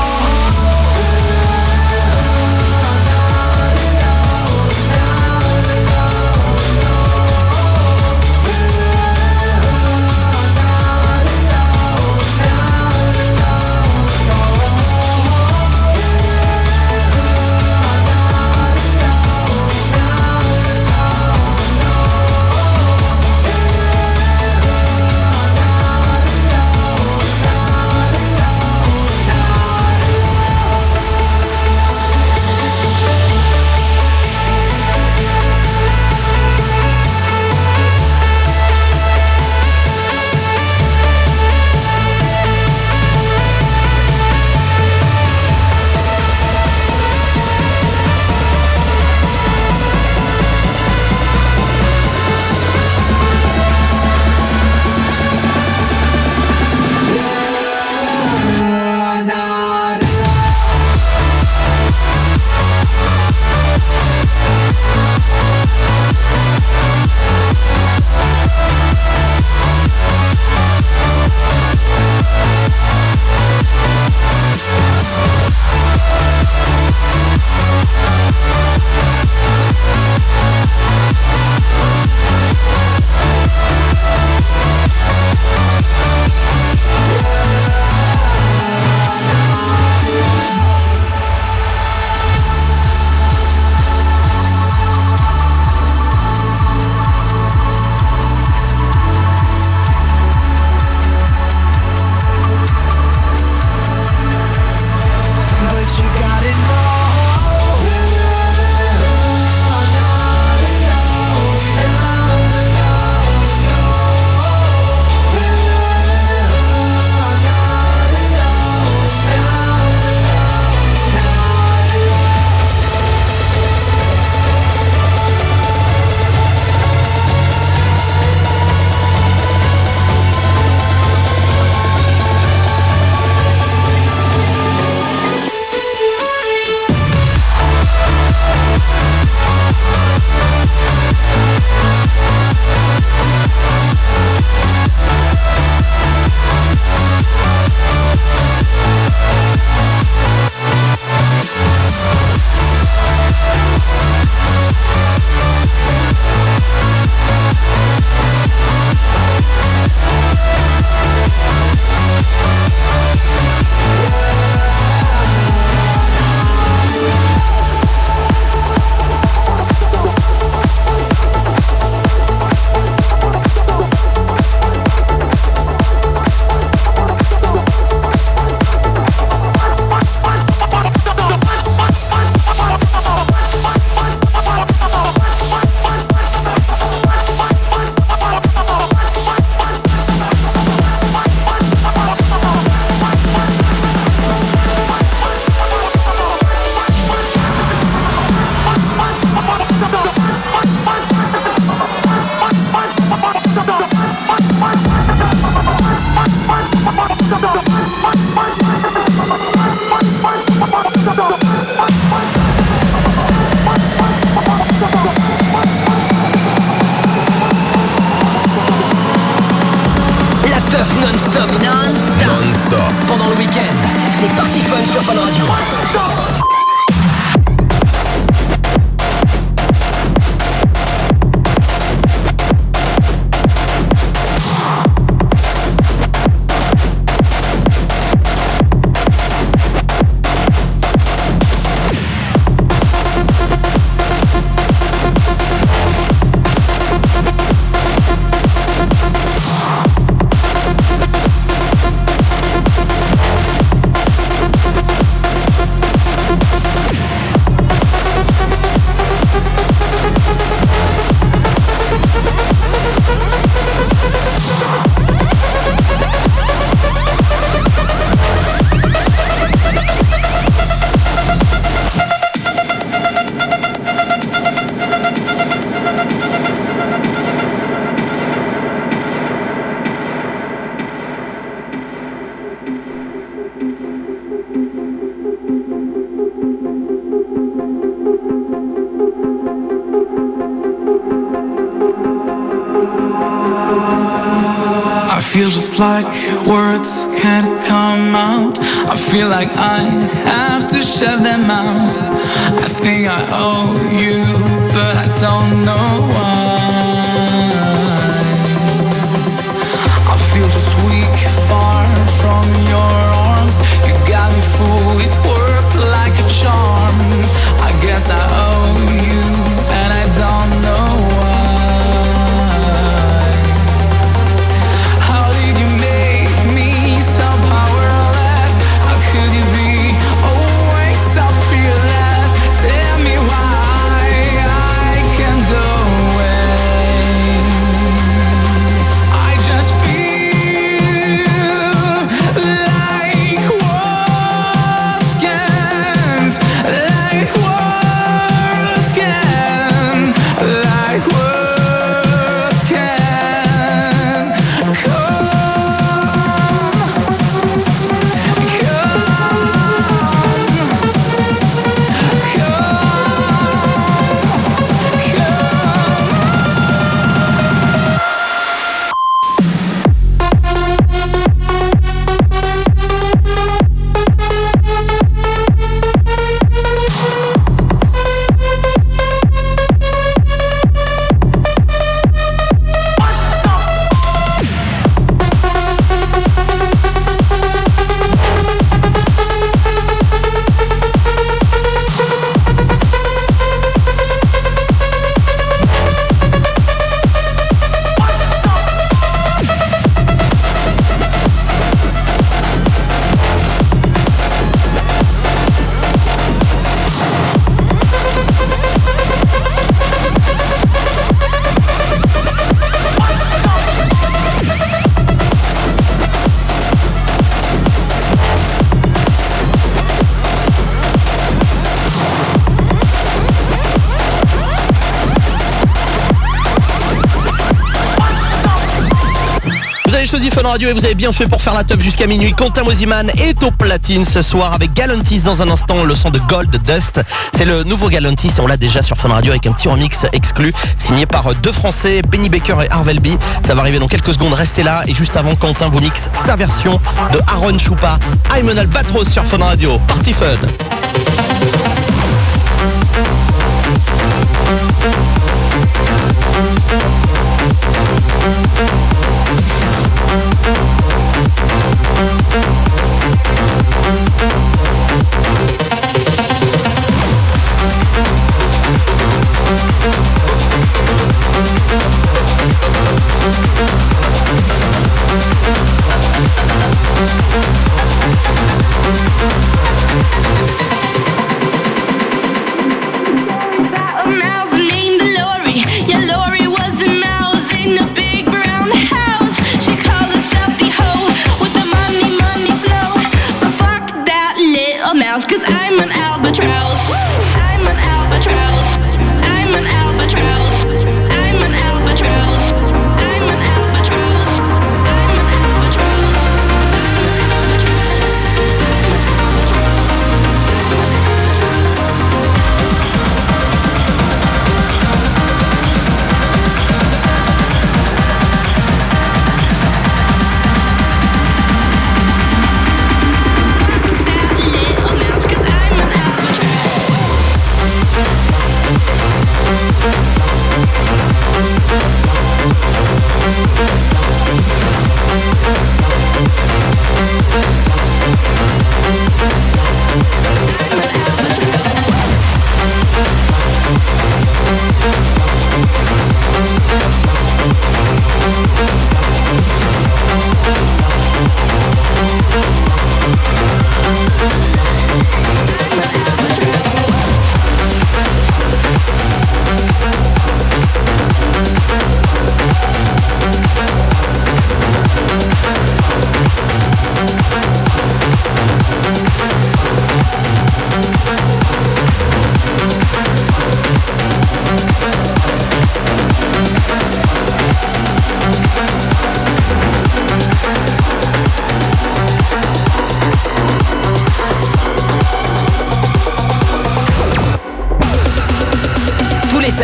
[SPEAKER 1] non-stop. Non-stop.
[SPEAKER 4] Non-stop.
[SPEAKER 1] Pendant le week-end, c'est Party Fun sur Fun Radio.
[SPEAKER 11] feel just like words can't come out. I feel like I have to shut them out. I think I owe you, but I don't know why. I feel just weak, far from your arms. You got me fooled, it worked like a charm. I guess I owe you, and I don't know why. How did you make me so powerless? How could you be always so fearless? Tell me why I can't go away. I just feel like words can't, like words can, like words can come,
[SPEAKER 6] choisi Fun Radio et vous avez bien fait pour faire la teuf jusqu'à minuit. Quentin Mosiman est au platine ce soir avec Galantis dans un instant, le son de Gold Dust. C'est le nouveau Galantis et on l'a déjà sur Fun Radio avec un petit remix exclu signé par deux Français, Benny Baker et Harvel B. Ça va arriver dans quelques secondes, restez là. Et juste avant, Quentin vous mixe sa version de Aaron Choupa, I'm an Albatros sur Fun Radio. Party Fun.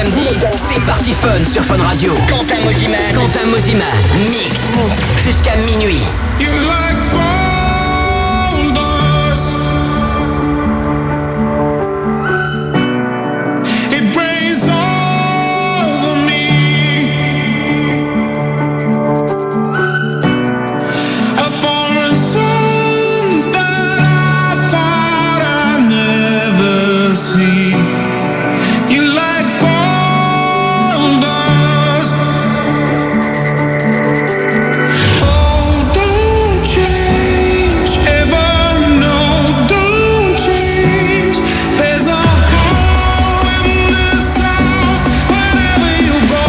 [SPEAKER 1] samedi, c'est Party Fun sur Fun Radio. Quentin Moziman, Quentin Moziman, mix jusqu'à minuit.
[SPEAKER 9] You like gold dust. It rains over me. A foreign sun that I thought I'd never see. You like gold dust. Oh, don't change ever, no, don't change. There's a hole in this house wherever you go.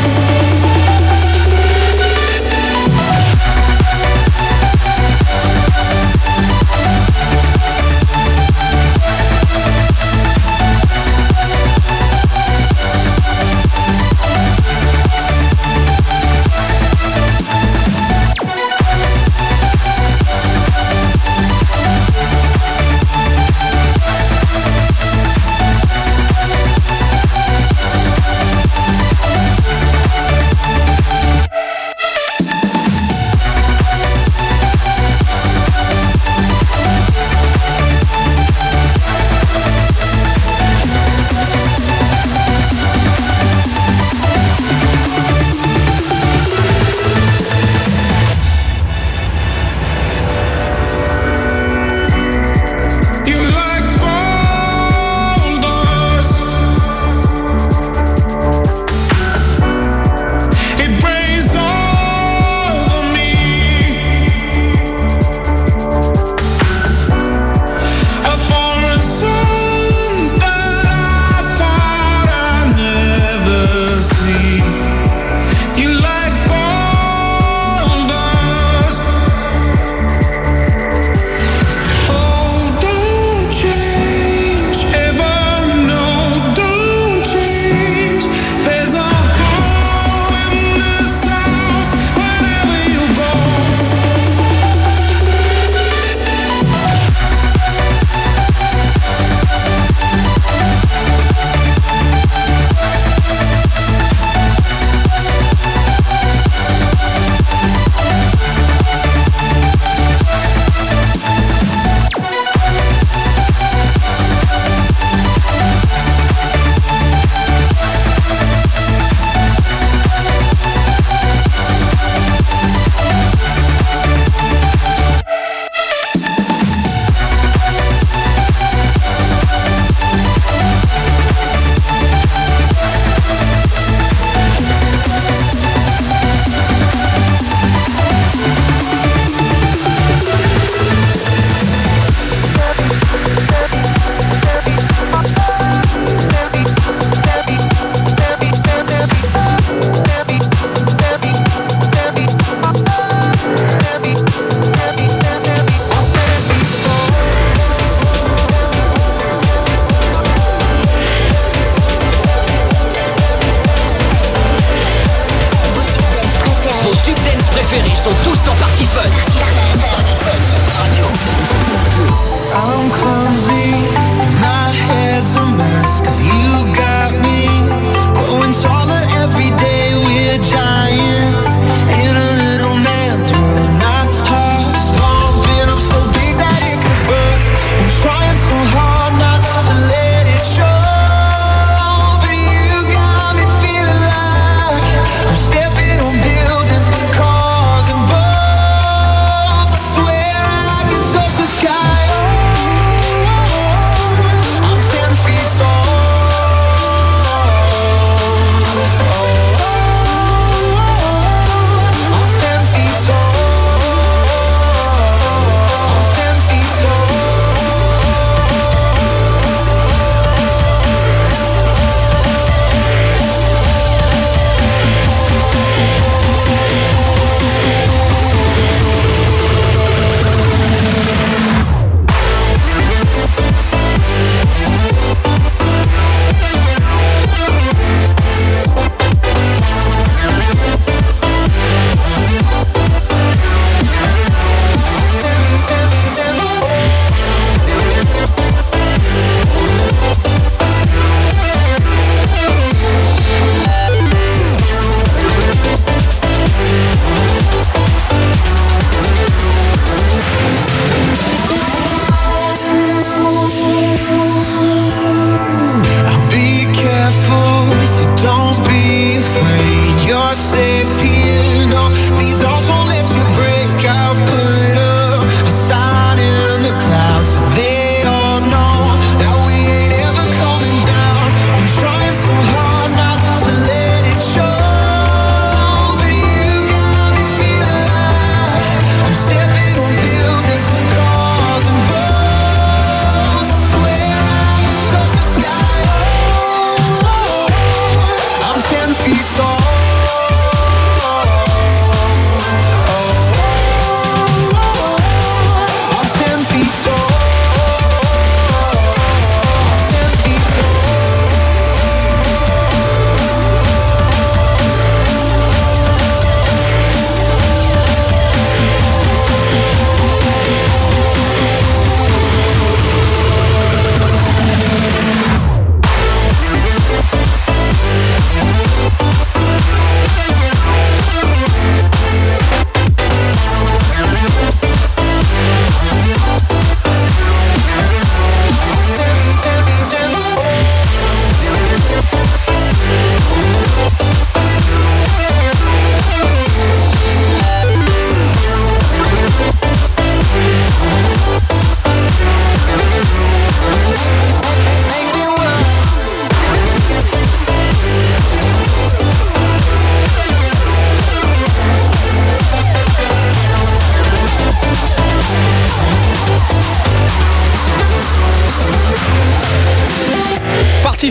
[SPEAKER 9] You like gold dust. It rains over me. A foreign sun that I thought I'd never see. You like gold dust. Oh, don't change ever, no, don't change. There's a hole in this house wherever you go.
[SPEAKER 1] Vos tubes dance préférés sont tous dans Party Fun. Party Fun, Fun Radio.
[SPEAKER 5] I'm clumsy, my head's a mess, 'cause you got me growing taller every day. We're giants in a little man's world. My heart is pumping up so big that it could burst. I'm trying so hard not to let it show, but you got me feeling like I'm stepping on buildings, cars and boats.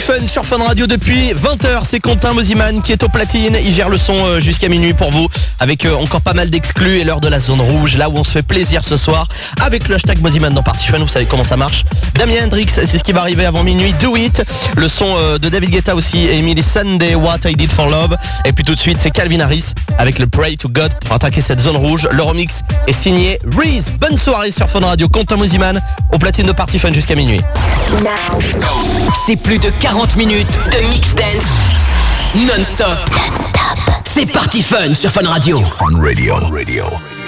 [SPEAKER 6] Fun sur Fun Radio depuis vingt heures. C'est Quentin Mosiman qui est au platine. Il gère le son jusqu'à minuit pour vous avec encore pas mal d'exclus et l'heure de la zone rouge, là où on se fait plaisir ce soir avec le hashtag Mosiman dans Party Fun. Vous savez comment ça marche. Damien Hendrix, c'est ce qui va arriver avant minuit. Do It, le son de David Guetta aussi et Emily Sunday, What I Did For Love. Et puis tout de suite c'est Calvin Harris avec le Pray To God pour attaquer cette zone rouge. Le remix est signé Reese. Bonne soirée sur Fun Radio. Quentin Mosiman au platine de Party Fun jusqu'à minuit.
[SPEAKER 1] C'est plus de quarante minutes de mix dance non-stop. Non-stop. C'est Party Fun sur Fun Radio.
[SPEAKER 4] Fun Radio. Fun Radio.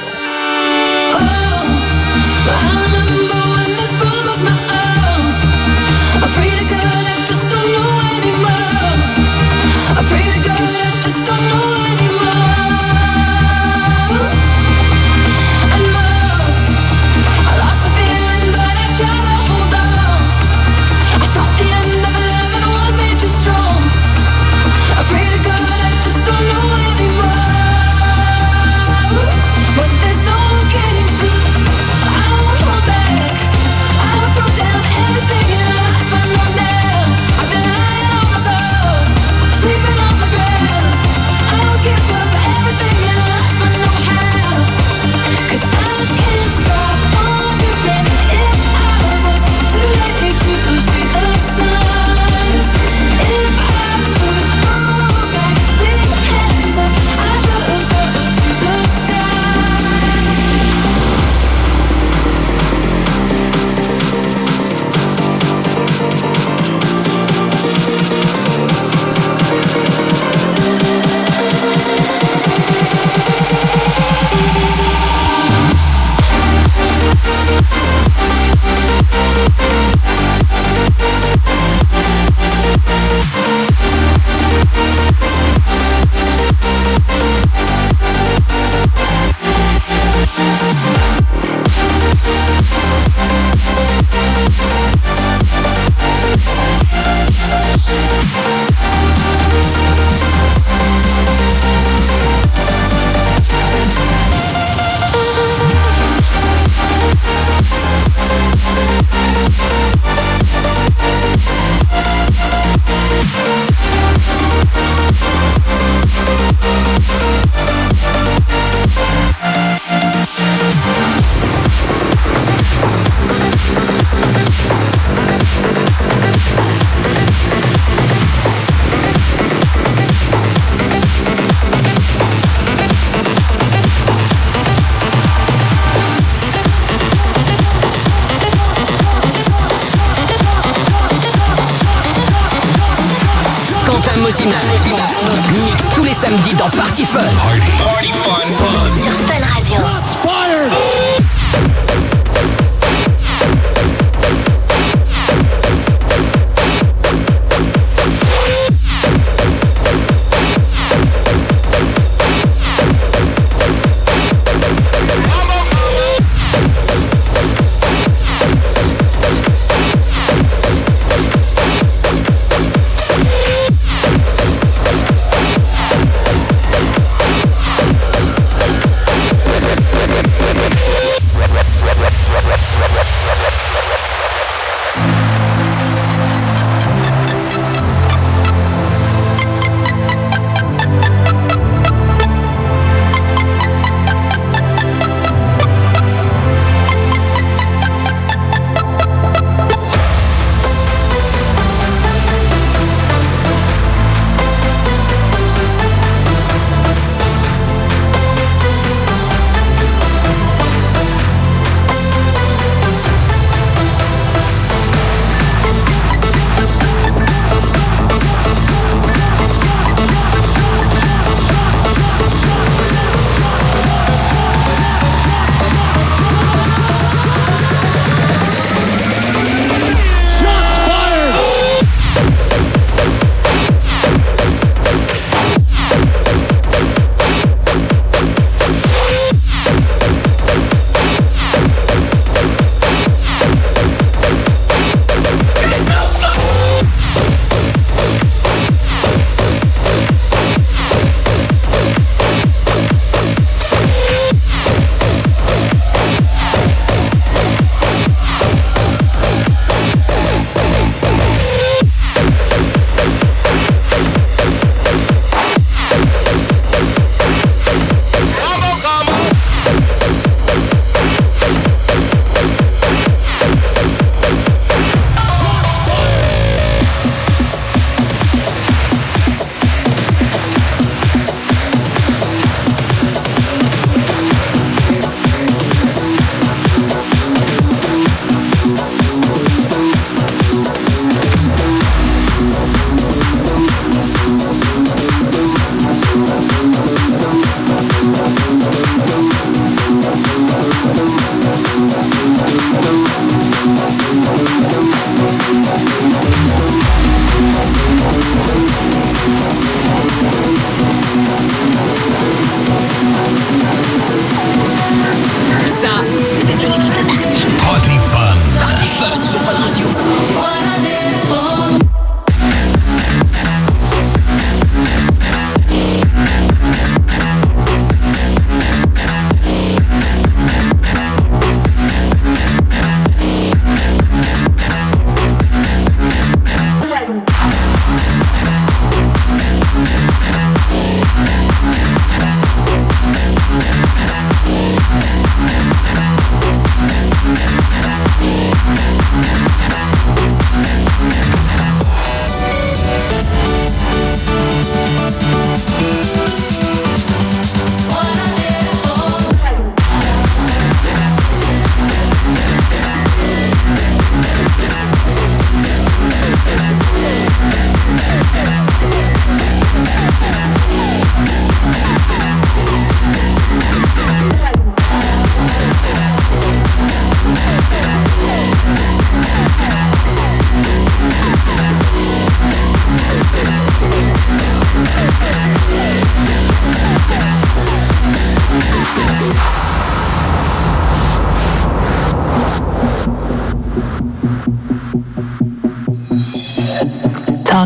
[SPEAKER 1] Mix tous les samedis dans Party Fun.
[SPEAKER 4] Party, Party Fun. Fun.
[SPEAKER 8] Sur Fun Radio.
[SPEAKER 9] Shots fired!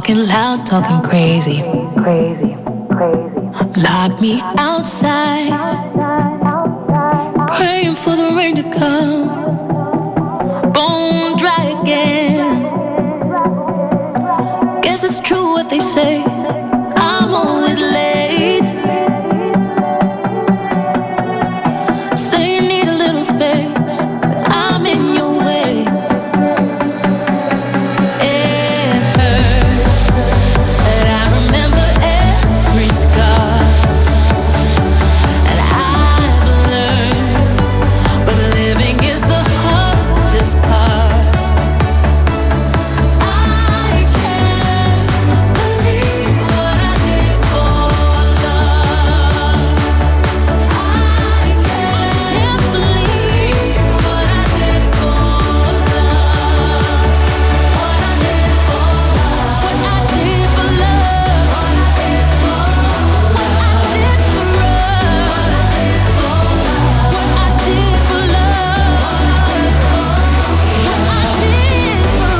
[SPEAKER 12] talking loud, talking crazy. Crazy, crazy. Lock me outside, praying for the rain to come. Bone dry again. Guess it's true what they say. I'm always late. Say you need a little space. I'm in your way. It hurts, but I remember every scar. And I've learned when living is the hardest part. I can't believe what I did for love. I can't believe what I did for love. What I did for love. What I did for love. What I did for love. What I did for love. What I did for love. What I did for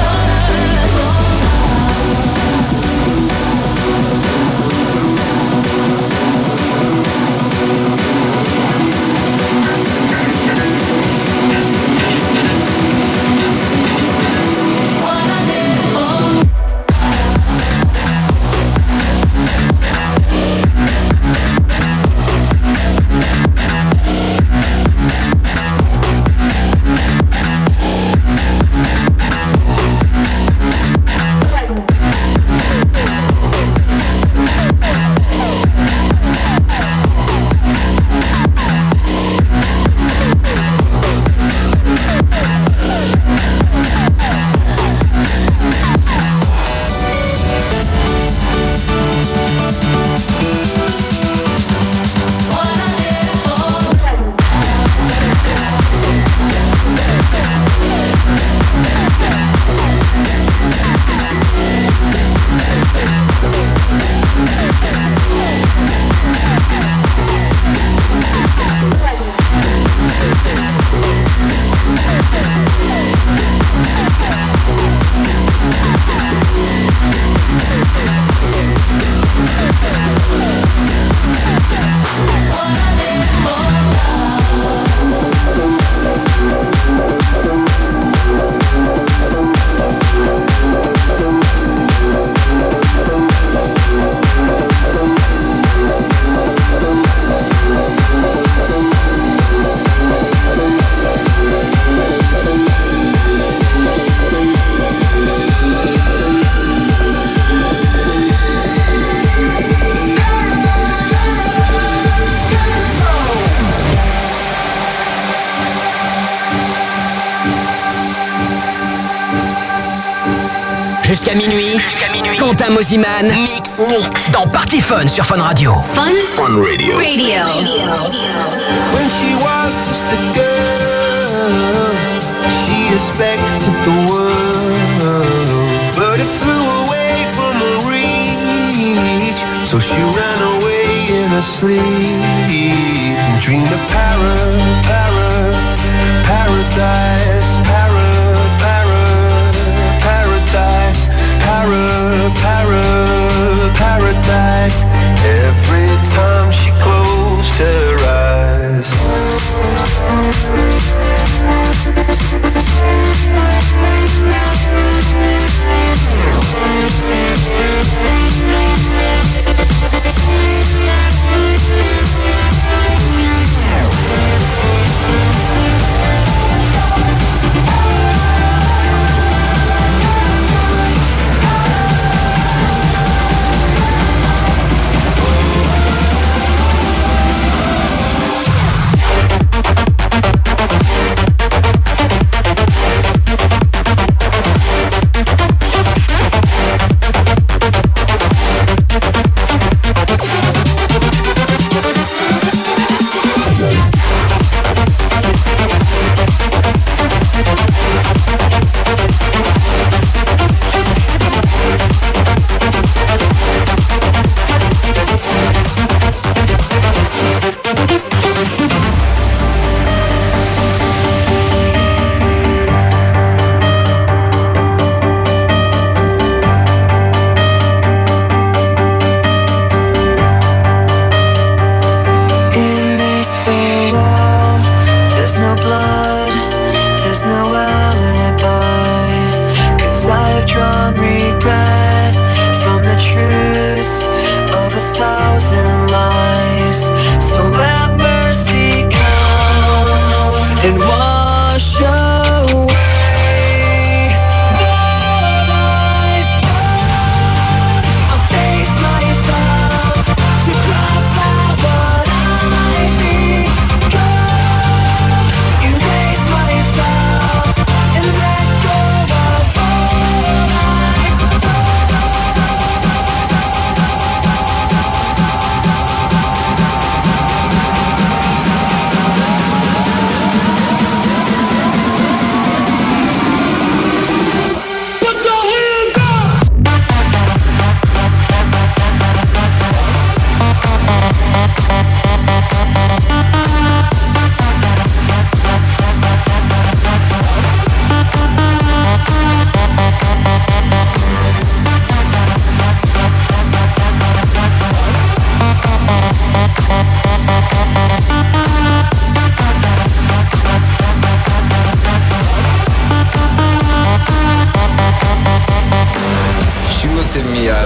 [SPEAKER 1] Jusqu'à minuit, Quentin Mosiman mix, mix dans Party Fun sur Fun Radio. Fun,
[SPEAKER 2] Fun Radio.
[SPEAKER 1] Radio.
[SPEAKER 5] When she was just a girl, she expected the world, but it flew away from her reach. So she ran away in her sleep and dreamed of para, para, paradise, para, para, paradise, para, para, paradise. Every time she closed her eyes.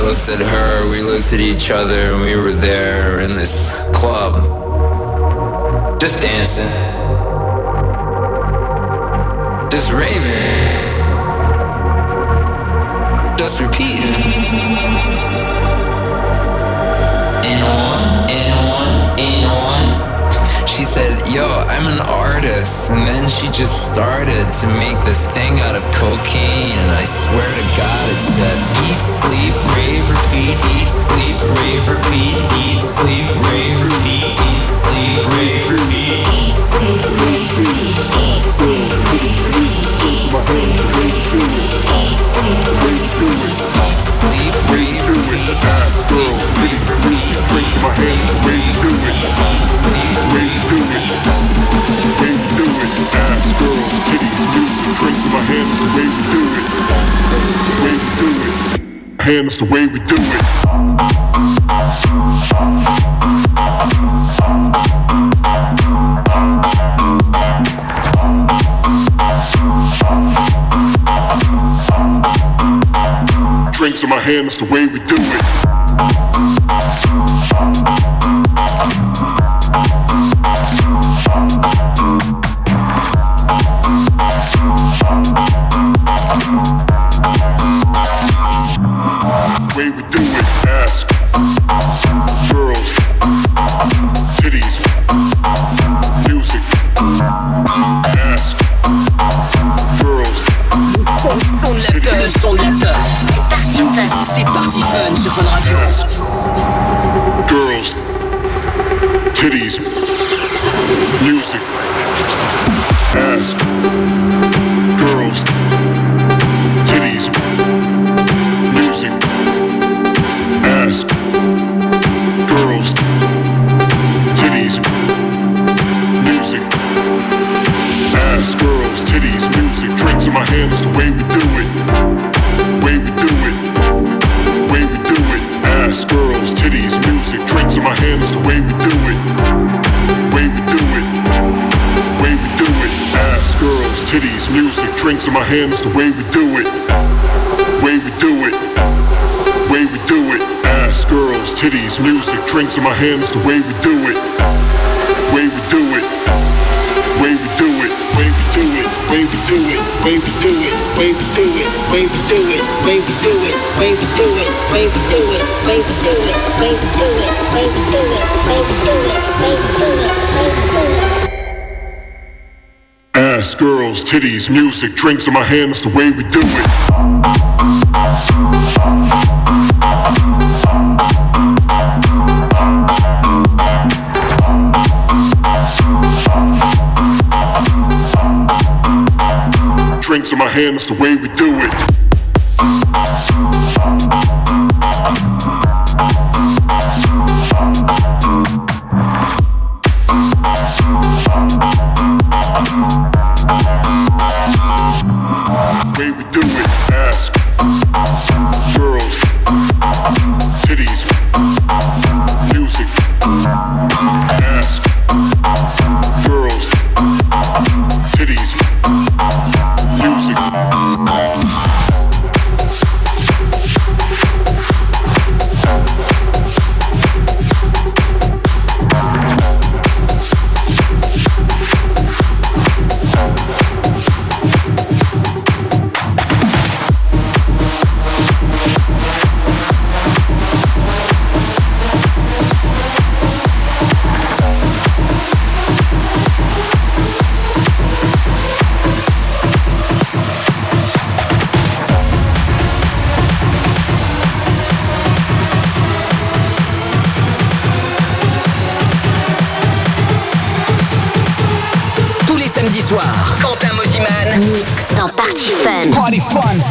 [SPEAKER 11] looked at her, we looked at each other, and we were there in this club, just dancing, just raving, just repeating. In one, in one, in one. She said, yo, I'm an artist. And then she just started to make this thing out of cocaine. And I swear to God, it said, eat, sleep, rave, repeat. Eat, sleep, rave, repeat. Eat, sleep, rave, repeat. Eat, sleep, rave, repeat. Eat, sleep, rave, repeat. Eat, sleep, rave, repeat. Eat, sleep, rave, repeat. Eat, sleep, rave, repeat. Eat, sleep, rave, repeat.
[SPEAKER 13] Ass girl, rave, repeat. Break my hand, the way you do it. Way you do it. Way you do it. Ass girl, titties, music, drinks in my hands, the way we do it. The way we do it. Hands, the way we do it. Drinks in my hand, that's the way we do it. Way we do it. Ask girls, titties, music. Ask girls.
[SPEAKER 1] Son de la teuf, son de la teuf. C'est parti fun sur Fun Radio.
[SPEAKER 13] Girls, titties, music. Ask girls, titties, music. Ask girls, titties, music. Ask girls, titties, music. Drinks in my hands, the way we do it. Way we do it. Way we do it. Ask girls, titties, music. Drinks in my hands, the way we do it. Way we do it. Way we do it. Ask girls, titties, music. Drinks in my hands, the way we do it. Way we do it. Way we do it. Ask girls, titties, music. Drinks in my hands, the way we do it. Way we do it. Way we do it. Way we do it. Way we do it. Way we do it. Way we do it. Way we do it. Way we do it. Way we do it. Way we do it. Way we do it. Way we do it. Way we do it. Way we do it. Way we do it. Way we do it. Ass, girls, titties, music, drinks in my hands, the way we do it. Drinks in my hands, the way we do it. Way we do it. Ask girls, titties, music. Ask girls, titties, music.
[SPEAKER 1] Samedi soir, Quentin Mosiman
[SPEAKER 8] Mix en Party Fun.
[SPEAKER 1] Party Fun.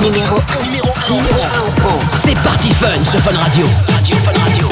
[SPEAKER 1] Numéro un. Numéro un en France. C'est Party Fun sur Fun Radio. Radio Fun Radio.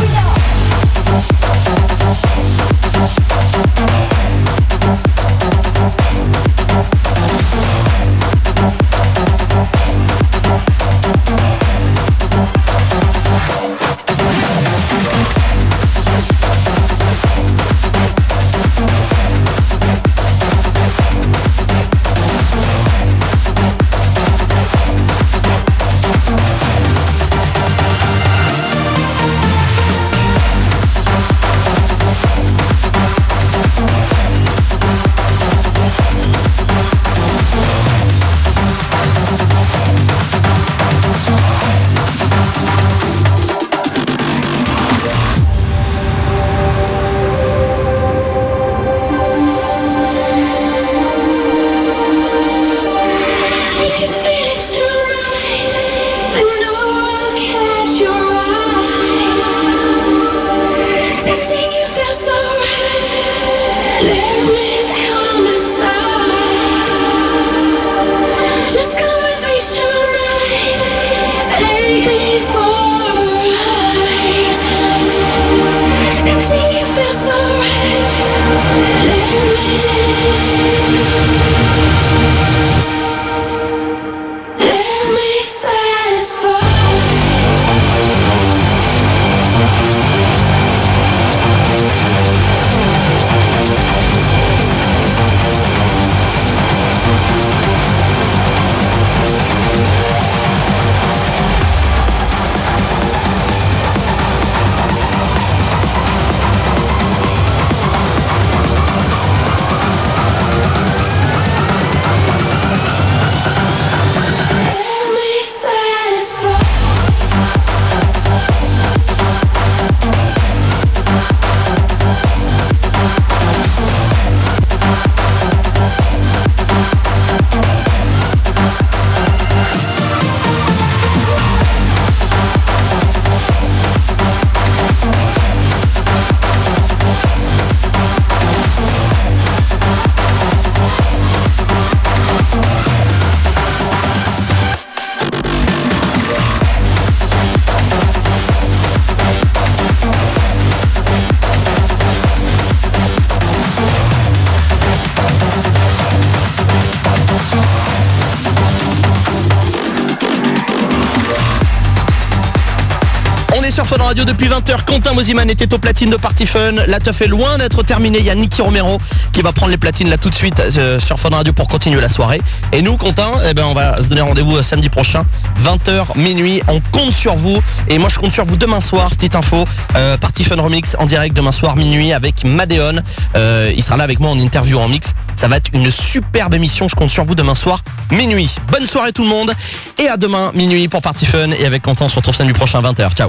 [SPEAKER 6] Sur Fun Radio depuis vingt heures, Quentin Mosiman était au platine de Party Fun. La teuf est loin d'être terminée. Il y a Nicky Romero qui va prendre les platines là tout de suite euh, sur Fun Radio pour continuer la soirée. Et nous, Quentin, eh ben, on va se donner rendez-vous euh, samedi prochain, vingt heures, minuit. On compte sur vous. Et moi, je compte sur vous demain soir. Petite info, euh, Party Fun Remix en direct demain soir, minuit avec Madeon. Euh, il sera là avec moi en interview en mix. Ça va être une superbe émission. Je compte sur vous demain soir, minuit. Bonne soirée tout le monde. Et à demain, minuit pour Party Fun. Et avec Quentin, on se retrouve samedi prochain, vingt heures. Ciao.